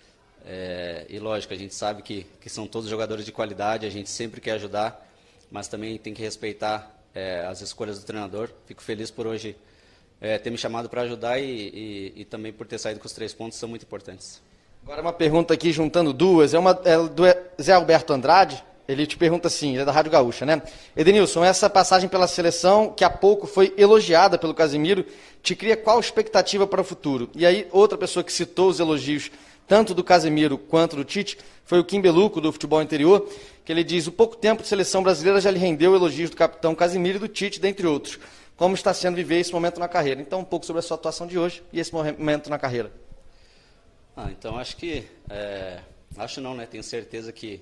Speaker 7: E lógico, a gente sabe que são todos jogadores de qualidade, a gente sempre quer ajudar, mas também tem que respeitar as escolhas do treinador. Fico feliz por hoje ter me chamado para ajudar e também por ter saído com os 3 pontos, são muito importantes.
Speaker 8: Agora uma pergunta aqui, juntando duas, é do Zé Alberto Andrade, ele te pergunta assim, ele é da Rádio Gaúcha, né? Edenilson, essa passagem pela seleção, que há pouco foi elogiada pelo Casemiro, te cria qual expectativa para o futuro? E aí, outra pessoa que citou os elogios, tanto do Casemiro quanto do Tite, foi o Kim Beluco, do Futebol Interior, que ele diz, o pouco tempo de seleção brasileira já lhe rendeu elogios do capitão Casemiro e do Tite, dentre outros. Como está sendo viver esse momento na carreira? Então, um pouco sobre a sua atuação de hoje e esse momento na carreira.
Speaker 7: Então, acho que... acho não, né? Tenho certeza que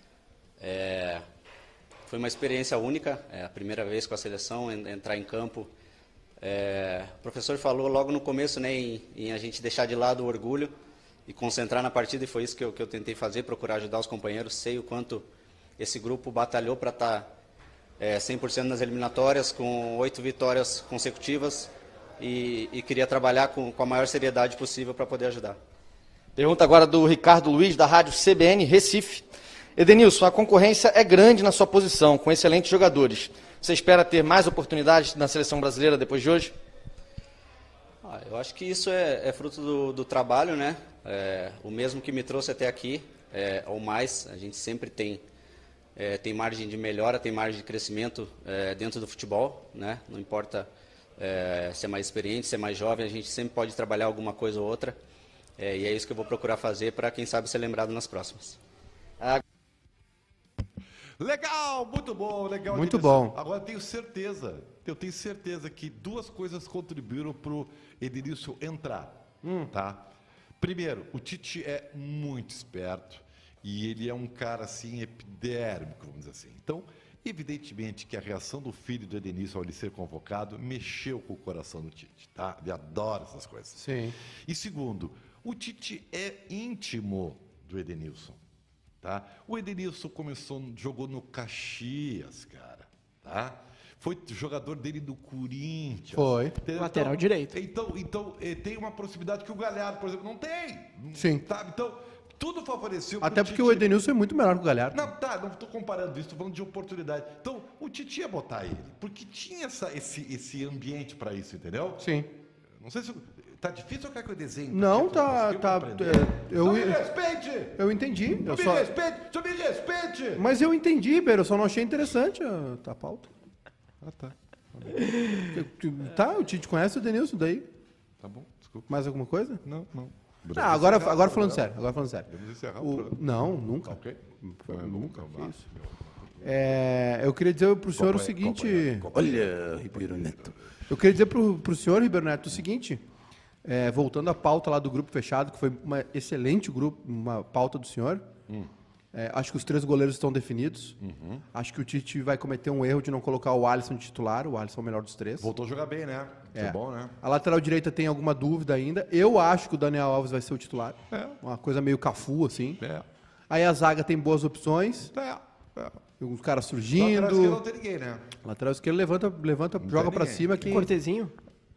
Speaker 7: foi uma experiência única, a primeira vez com a seleção, entrar em campo. O professor falou logo no começo, né, em a gente deixar de lado o orgulho e concentrar na partida, e foi isso que eu tentei fazer, procurar ajudar os companheiros. Sei o quanto esse grupo batalhou para estar 100% nas eliminatórias, com 8 vitórias consecutivas, e queria trabalhar com a maior seriedade possível para poder ajudar.
Speaker 8: Pergunta agora do Ricardo Luiz, da Rádio CBN Recife. Edenilson, a concorrência é grande na sua posição, com excelentes jogadores. Você espera ter mais oportunidades na seleção brasileira depois de hoje?
Speaker 7: Eu acho que isso é fruto do trabalho, né? O mesmo que me trouxe até aqui, ou mais. A gente sempre tem margem de melhora, tem margem de crescimento dentro do futebol, né? Não importa ser mais experiente, ser mais jovem, a gente sempre pode trabalhar alguma coisa ou outra. E é isso que eu vou procurar fazer para, quem sabe, ser lembrado nas próximas.
Speaker 1: Legal, muito bom, legal.
Speaker 3: Muito bom.
Speaker 1: Agora eu tenho certeza que 2 coisas contribuíram para o Edenilson entrar, tá? Primeiro, o Tite é muito esperto e ele é um cara, assim, epidérmico, vamos dizer assim. Então, evidentemente que a reação do filho do Edenilson ao ele ser convocado mexeu com o coração do Tite, tá? Ele adora essas coisas.
Speaker 3: Sim.
Speaker 1: E segundo, o Tite é íntimo do Edenilson, tá? O Edenilson jogou no Caxias, cara, tá? Foi jogador dele do Corinthians.
Speaker 3: Foi.
Speaker 1: Então,
Speaker 4: lateral direito.
Speaker 1: Então, tem uma proximidade que o Galhardo, por exemplo, não tem.
Speaker 3: Sim.
Speaker 1: Tá? Então, tudo favoreceu.
Speaker 3: Até porque o Edenilson é muito melhor que o Galhardo.
Speaker 1: Não estou comparando isso, estou falando de oportunidade. Então, o Tite ia botar ele, porque tinha esse ambiente para isso, entendeu?
Speaker 3: Sim.
Speaker 1: Não sei se... Tá difícil ou quer que eu desenhe?
Speaker 3: Não, tá.
Speaker 1: Eu me respeite!
Speaker 3: Eu entendi.
Speaker 1: Me respeite!
Speaker 3: Mas eu entendi, Ribeiro, eu só não achei interessante a pauta.
Speaker 1: Tá.
Speaker 3: Tá, o Tite conhece o Edenilson daí.
Speaker 1: Tá bom, desculpa.
Speaker 3: Mais alguma coisa?
Speaker 1: Não.
Speaker 3: Agora falando sério.
Speaker 1: Vamos encerrar o programa.
Speaker 3: Não, nunca.
Speaker 1: Ok.
Speaker 3: Nunca fiz isso. Eu queria dizer para o senhor o seguinte...
Speaker 5: Olha, Ribeiro Neto.
Speaker 3: Eu queria dizer para o senhor, Ribeiro Neto, o seguinte... voltando à pauta lá do grupo fechado, que foi uma excelente grupo, uma pauta do senhor. Acho que os 3 goleiros estão definidos. Acho que o Tite vai cometer um erro de não colocar o Alisson de titular. O Alisson é o melhor dos 3.
Speaker 1: Voltou a jogar bem, né? Foi bom, né?
Speaker 3: A lateral direita tem alguma dúvida ainda. Eu acho que o Daniel Alves vai ser o titular. Uma coisa meio Cafu, assim. Aí a zaga tem boas opções. Uns caras surgindo.
Speaker 1: Lateral esquerda não tem ninguém, né?
Speaker 3: Lateral esquerdo levanta, joga pra
Speaker 1: ninguém.
Speaker 3: cima. Que...
Speaker 4: Cortezinho?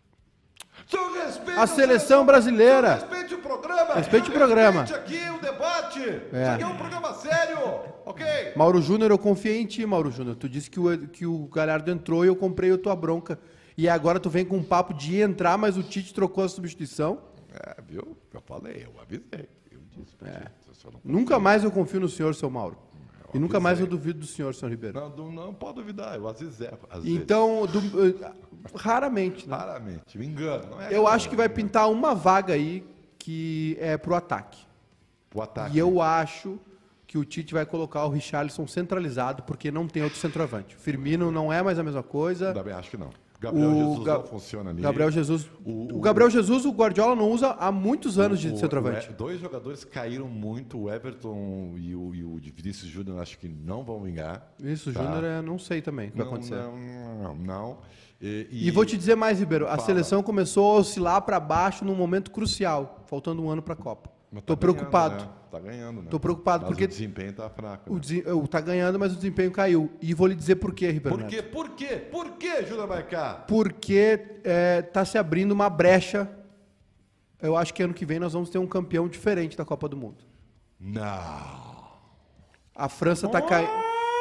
Speaker 3: A seleção brasileira.
Speaker 1: Respeite o programa.
Speaker 3: Respeite o programa.
Speaker 1: Respeite aqui o debate. Isso aqui é um programa sério, ok?
Speaker 3: Mauro Júnior, eu confiei em ti, Mauro Júnior. Tu disse que o Galhardo entrou e eu comprei a tua bronca. E agora tu vem com um papo de entrar, mas o Tite trocou a substituição.
Speaker 1: Viu? Eu falei, eu avisei. Eu disse pra ti.
Speaker 3: Nunca mais eu confio no senhor, seu Mauro. E nunca mais eu duvido do senhor, senhor Ribeiro.
Speaker 1: Não pode duvidar, eu às vezes
Speaker 3: Então, raramente, né?
Speaker 1: Raramente, me engano. Não é
Speaker 3: Eu acho que vai pintar uma vaga aí que é pro ataque.
Speaker 1: Pro ataque.
Speaker 3: E eu acho que o Tite vai colocar o Richarlison centralizado, porque não tem outro centroavante. Firmino não é mais a mesma coisa.
Speaker 1: Também acho que não. Gabriel Jesus não funciona ali.
Speaker 3: Gabriel Jesus. O Gabriel Jesus, o Guardiola não usa há muitos anos de centroavante.
Speaker 1: 2 jogadores caíram muito, o Everton e o Vinícius Júnior, acho que não vão vingar.
Speaker 3: Vinícius Júnior, não sei também o que vai acontecer.
Speaker 1: Não.
Speaker 3: E vou te dizer mais, Ribeiro. A seleção começou a oscilar para baixo num momento crucial, faltando um ano para a Copa. Tô preocupado.
Speaker 1: Tá ganhando, né?
Speaker 3: Tô preocupado porque
Speaker 1: o desempenho tá fraco.
Speaker 3: Tá ganhando, mas o desempenho caiu. E vou lhe dizer por quê, Ribeiro Neto.
Speaker 1: Por quê, Júnior Maicá?
Speaker 3: Porque tá se abrindo uma brecha. Eu acho que ano que vem nós vamos ter um campeão diferente da Copa do Mundo.
Speaker 1: Não.
Speaker 3: A França tá caindo.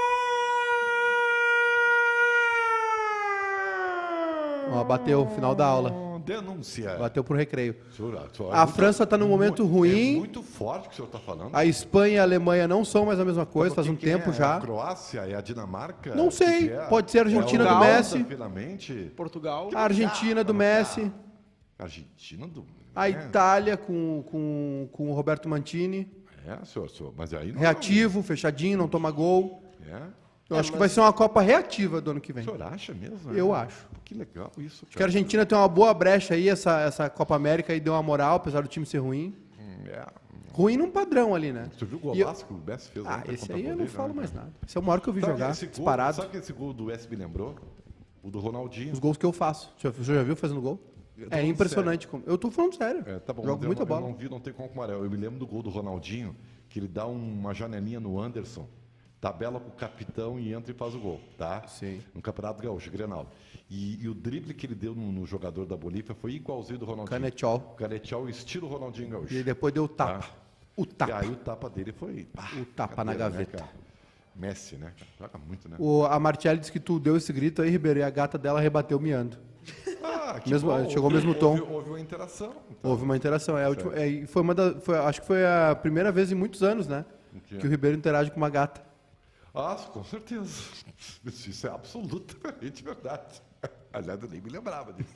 Speaker 3: Ó, bateu, final da aula.
Speaker 1: Denúncia.
Speaker 3: Bateu pro recreio.
Speaker 1: A
Speaker 3: França está num momento ruim.
Speaker 1: É muito forte o que o senhor está falando.
Speaker 3: A Espanha e a Alemanha não são mais a mesma coisa, faz um tempo já.
Speaker 1: A Croácia e a Dinamarca?
Speaker 3: Não sei. Pode ser a Argentina do Messi.
Speaker 4: Portugal.
Speaker 3: A Argentina do Messi.
Speaker 1: Argentina do Messi.
Speaker 3: A Itália com o Roberto Mantini.
Speaker 1: Senhor. Mas aí não
Speaker 3: reativo, fechadinho, não toma gol. Eu acho que vai ser uma Copa reativa do ano que vem.
Speaker 1: O senhor acha mesmo?
Speaker 3: Eu acho.
Speaker 1: Que legal isso, cara.
Speaker 3: Acho que a Argentina tem uma boa brecha aí, essa Copa América aí deu uma moral, apesar do time ser ruim. Ruim num padrão ali, né?
Speaker 1: Você viu o golaço que o Messi fez?
Speaker 3: Esse aí eu não falo mais nada. Esse é o maior que eu vi jogar, disparado.
Speaker 1: Sabe que esse gol do Messi me lembrou? O do Ronaldinho.
Speaker 3: Os gols que eu faço. O senhor já viu fazendo gol? É impressionante. Eu tô falando sério.
Speaker 1: Tá bom,
Speaker 3: jogo muita bola.
Speaker 1: Eu não vi, não tem como comparar. Eu me lembro do gol do Ronaldinho, que ele dá uma janelinha no Anderson, tabela com o capitão e entra e faz o gol, tá?
Speaker 3: Sim.
Speaker 1: No Campeonato Gaúcho, Grenal. E o drible que ele deu no jogador da Bolívia foi igualzinho do Ronaldinho. Canechol, estilo Ronaldinho Gaúcho.
Speaker 3: E depois deu o tapa.
Speaker 1: Tá?
Speaker 3: O tapa.
Speaker 1: E aí o tapa dele foi...
Speaker 3: o tapa na gaveta.
Speaker 1: Né, Messi, né? Joga muito, né?
Speaker 3: A Martielli disse que tu deu esse grito aí, Ribeiro, e a gata dela rebateu miando. Chegou ao mesmo tom.
Speaker 1: Houve uma interação. Então.
Speaker 3: Houve uma interação. Acho que foi a primeira vez em muitos anos, né? Que o Ribeiro interage com uma gata.
Speaker 1: Com certeza. Isso é absolutamente verdade. Aliás, eu nem me lembrava disso.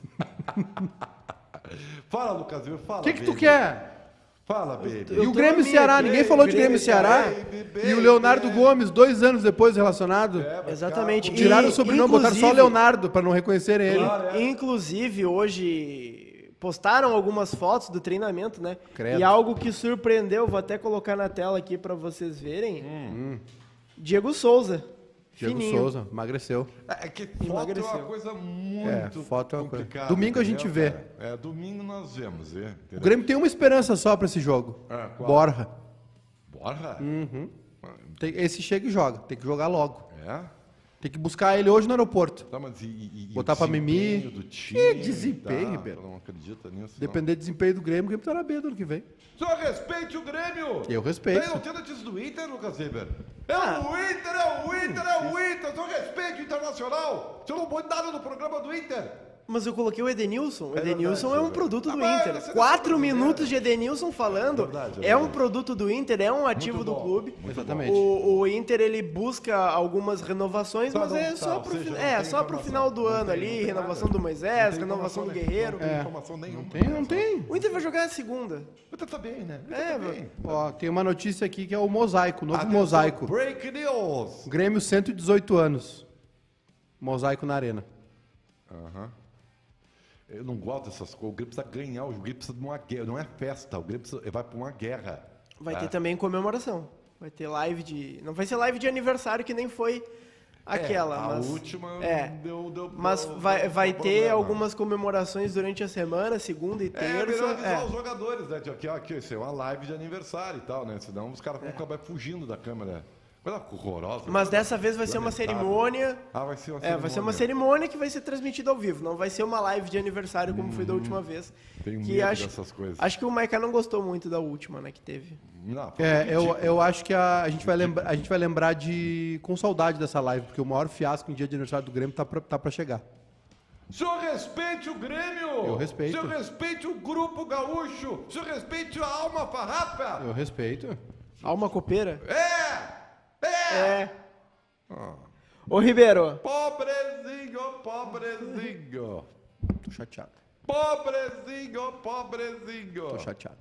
Speaker 1: Fala, Lucas, fala.
Speaker 3: O que tu quer?
Speaker 1: Fala, baby.
Speaker 3: E o Grêmio e Ceará, ninguém falou de Grêmio e Ceará. E o Leonardo Gomes, 2 anos depois relacionado.
Speaker 4: Exatamente.
Speaker 3: Tiraram o sobrenome, botaram só o Leonardo, para não reconhecerem ele.
Speaker 4: Inclusive, hoje postaram algumas fotos do treinamento, né?
Speaker 3: Credo.
Speaker 4: E algo que surpreendeu, vou até colocar na tela aqui para vocês verem. Diego Souza.
Speaker 3: Diego
Speaker 4: fininho.
Speaker 3: Souza, emagreceu.
Speaker 1: É que foto é uma coisa muito
Speaker 3: foto é uma
Speaker 1: complicada.
Speaker 3: Domingo a gente vê.
Speaker 1: Domingo nós vemos. Entendeu?
Speaker 3: O Grêmio tem uma esperança só para esse jogo.
Speaker 1: Qual?
Speaker 3: Borja.
Speaker 1: Borja?
Speaker 3: Esse chega e joga. Tem que jogar logo.
Speaker 1: Tem
Speaker 3: que buscar ele hoje no aeroporto.
Speaker 1: Tá, mas
Speaker 3: botar para Mimi.
Speaker 1: Do time,
Speaker 3: que desempenho, Ribeiro.
Speaker 1: Não acredita nisso.
Speaker 3: Depender do desempenho do Grêmio, o Grêmio tá na B do ano que vem.
Speaker 1: Só respeite o Grêmio!
Speaker 3: Eu respeito.
Speaker 1: Tem notícias do Inter, Lucas Weber? É o Inter! Só respeite o Internacional! Você não põe nada no programa do Inter!
Speaker 4: Mas eu coloquei o Edenilson. O Edenilson
Speaker 1: verdade,
Speaker 4: é um produto do
Speaker 1: mas
Speaker 4: Inter.
Speaker 1: você
Speaker 4: 4 minutos de Edenilson falando.
Speaker 1: É
Speaker 4: um produto do Inter, é um ativo do clube.
Speaker 3: Exatamente.
Speaker 4: O Inter, ele busca algumas renovações, mas é só pro final do ano ali. Renovação do Moisés, renovação do Guerreiro.
Speaker 1: Não tem informação nenhuma.
Speaker 3: Não tem.
Speaker 4: O Inter vai jogar a segunda.
Speaker 1: O Inter tá bem, né?
Speaker 3: Ó, tem uma notícia aqui que é o mosaico, novo mosaico.
Speaker 1: Break news!
Speaker 3: Grêmio, 118 anos. Mosaico na arena.
Speaker 1: Eu não gosto dessas coisas. O Grêmio precisa ganhar. O Grêmio precisa de uma guerra. Não é festa. O Grêmio vai para uma guerra.
Speaker 4: Vai ter também comemoração. Vai ter live de... Não vai ser live de aniversário, que nem foi aquela,
Speaker 1: a
Speaker 4: mas...
Speaker 1: última
Speaker 4: mas vai ter algumas comemorações durante a semana, segunda e terça.
Speaker 1: É melhor avisar os jogadores, né? Aqui, isso é uma live de aniversário e tal, né? Senão os caras vão acabar fugindo da câmera. Coisa horrorosa.
Speaker 4: Mas dessa vez vai ser uma cerimônia.
Speaker 1: Vai ser uma cerimônia.
Speaker 4: Vai ser uma cerimônia que vai ser transmitida ao vivo. Não vai ser uma live de aniversário como foi da última vez.
Speaker 1: Tenho
Speaker 4: que
Speaker 1: medo dessas coisas.
Speaker 4: Acho que o Maiká não gostou muito da última, né, que teve.
Speaker 1: Não,
Speaker 3: eu acho que a gente vai lembrar com saudade dessa live, porque o maior fiasco em dia de aniversário do Grêmio tá pra chegar.
Speaker 1: O senhor respeite o Grêmio!
Speaker 3: Eu respeito.
Speaker 1: O senhor respeite o Grupo Gaúcho! O senhor respeite a Alma Farrapa!
Speaker 3: Eu respeito.
Speaker 4: Alma copeira?
Speaker 1: É!
Speaker 4: Ô, Ribeiro.
Speaker 1: Pobrezinho.
Speaker 3: Tô chateado.
Speaker 1: Pobrezinho.
Speaker 3: Tô chateado.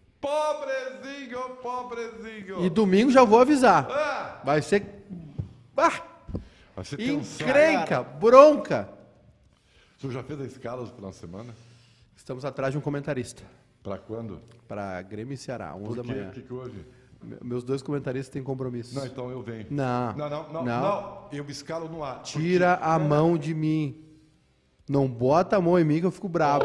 Speaker 1: Pobrezinho.
Speaker 3: E domingo já vou avisar. Vai ser...
Speaker 1: Vai ser tensão.
Speaker 3: Encrenca, bronca.
Speaker 1: O senhor já fez a escala do final de semana?
Speaker 3: Estamos atrás de um comentarista.
Speaker 1: Pra quando?
Speaker 3: Pra Grêmio e Ceará, 11 da
Speaker 1: Por quê?
Speaker 3: manhã.
Speaker 1: O que houve?
Speaker 3: Meus dois comentaristas têm compromisso.
Speaker 1: Não, então eu venho.
Speaker 3: Não.
Speaker 1: Eu me escalo no ar.
Speaker 3: Tira a mão de mim. Não bota a mão em mim que eu fico brabo.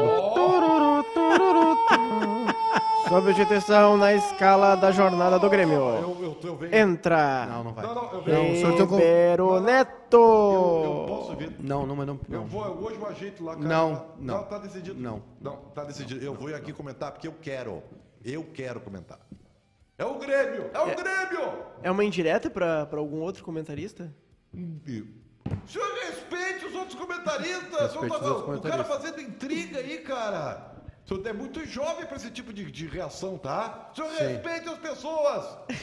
Speaker 4: Sob objeção na escala da jornada do Grêmio.
Speaker 1: Eu venho.
Speaker 4: Entra.
Speaker 3: Não vai.
Speaker 1: Eu venho.
Speaker 3: O senhor tem
Speaker 4: Ribeiro Neto.
Speaker 1: Eu posso vir.
Speaker 3: Não.
Speaker 1: Hoje eu ajeito lá.
Speaker 3: Não.
Speaker 1: Tá decidido.
Speaker 3: Não,
Speaker 1: tá decidido. Eu vou aqui comentar porque eu quero. Eu quero comentar. É o Grêmio! É o Grêmio!
Speaker 4: É uma indireta pra algum outro comentarista?
Speaker 1: O senhor respeite os outros comentaristas! O cara fazendo intriga aí, cara! O senhor é muito jovem pra esse tipo de reação, tá? O senhor respeite as pessoas!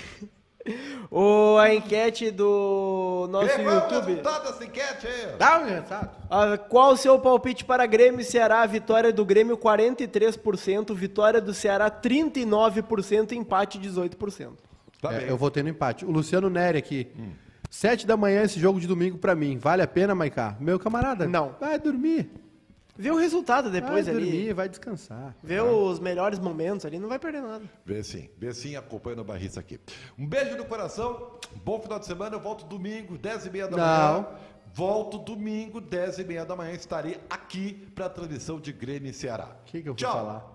Speaker 4: A enquete do nosso
Speaker 1: Qual é o
Speaker 4: YouTube.
Speaker 1: resultado dessa enquete aí?
Speaker 3: Dá um resultado.
Speaker 4: Qual o seu palpite para Grêmio e Ceará? Vitória do Grêmio 43%, vitória do Ceará 39%, empate 18%.
Speaker 1: Tá bem.
Speaker 3: Eu votei no empate. O Luciano Neri aqui. 7 da manhã esse jogo de domingo pra mim. Vale a pena, Maiká? Meu camarada.
Speaker 4: Não.
Speaker 3: Vai dormir.
Speaker 4: Vê o resultado depois
Speaker 3: vai
Speaker 4: ali.
Speaker 3: dormir, vai descansar.
Speaker 4: Vê os melhores momentos ali, não vai perder nada.
Speaker 1: Vê sim, acompanha no Barrista aqui. Um beijo no coração, bom final de semana, eu volto domingo, 10h30 da manhã. Volto domingo, 10h30 da manhã, estarei aqui para a transmissão de Grêmio e Ceará.
Speaker 3: O que eu vou
Speaker 1: Tchau.
Speaker 3: falar?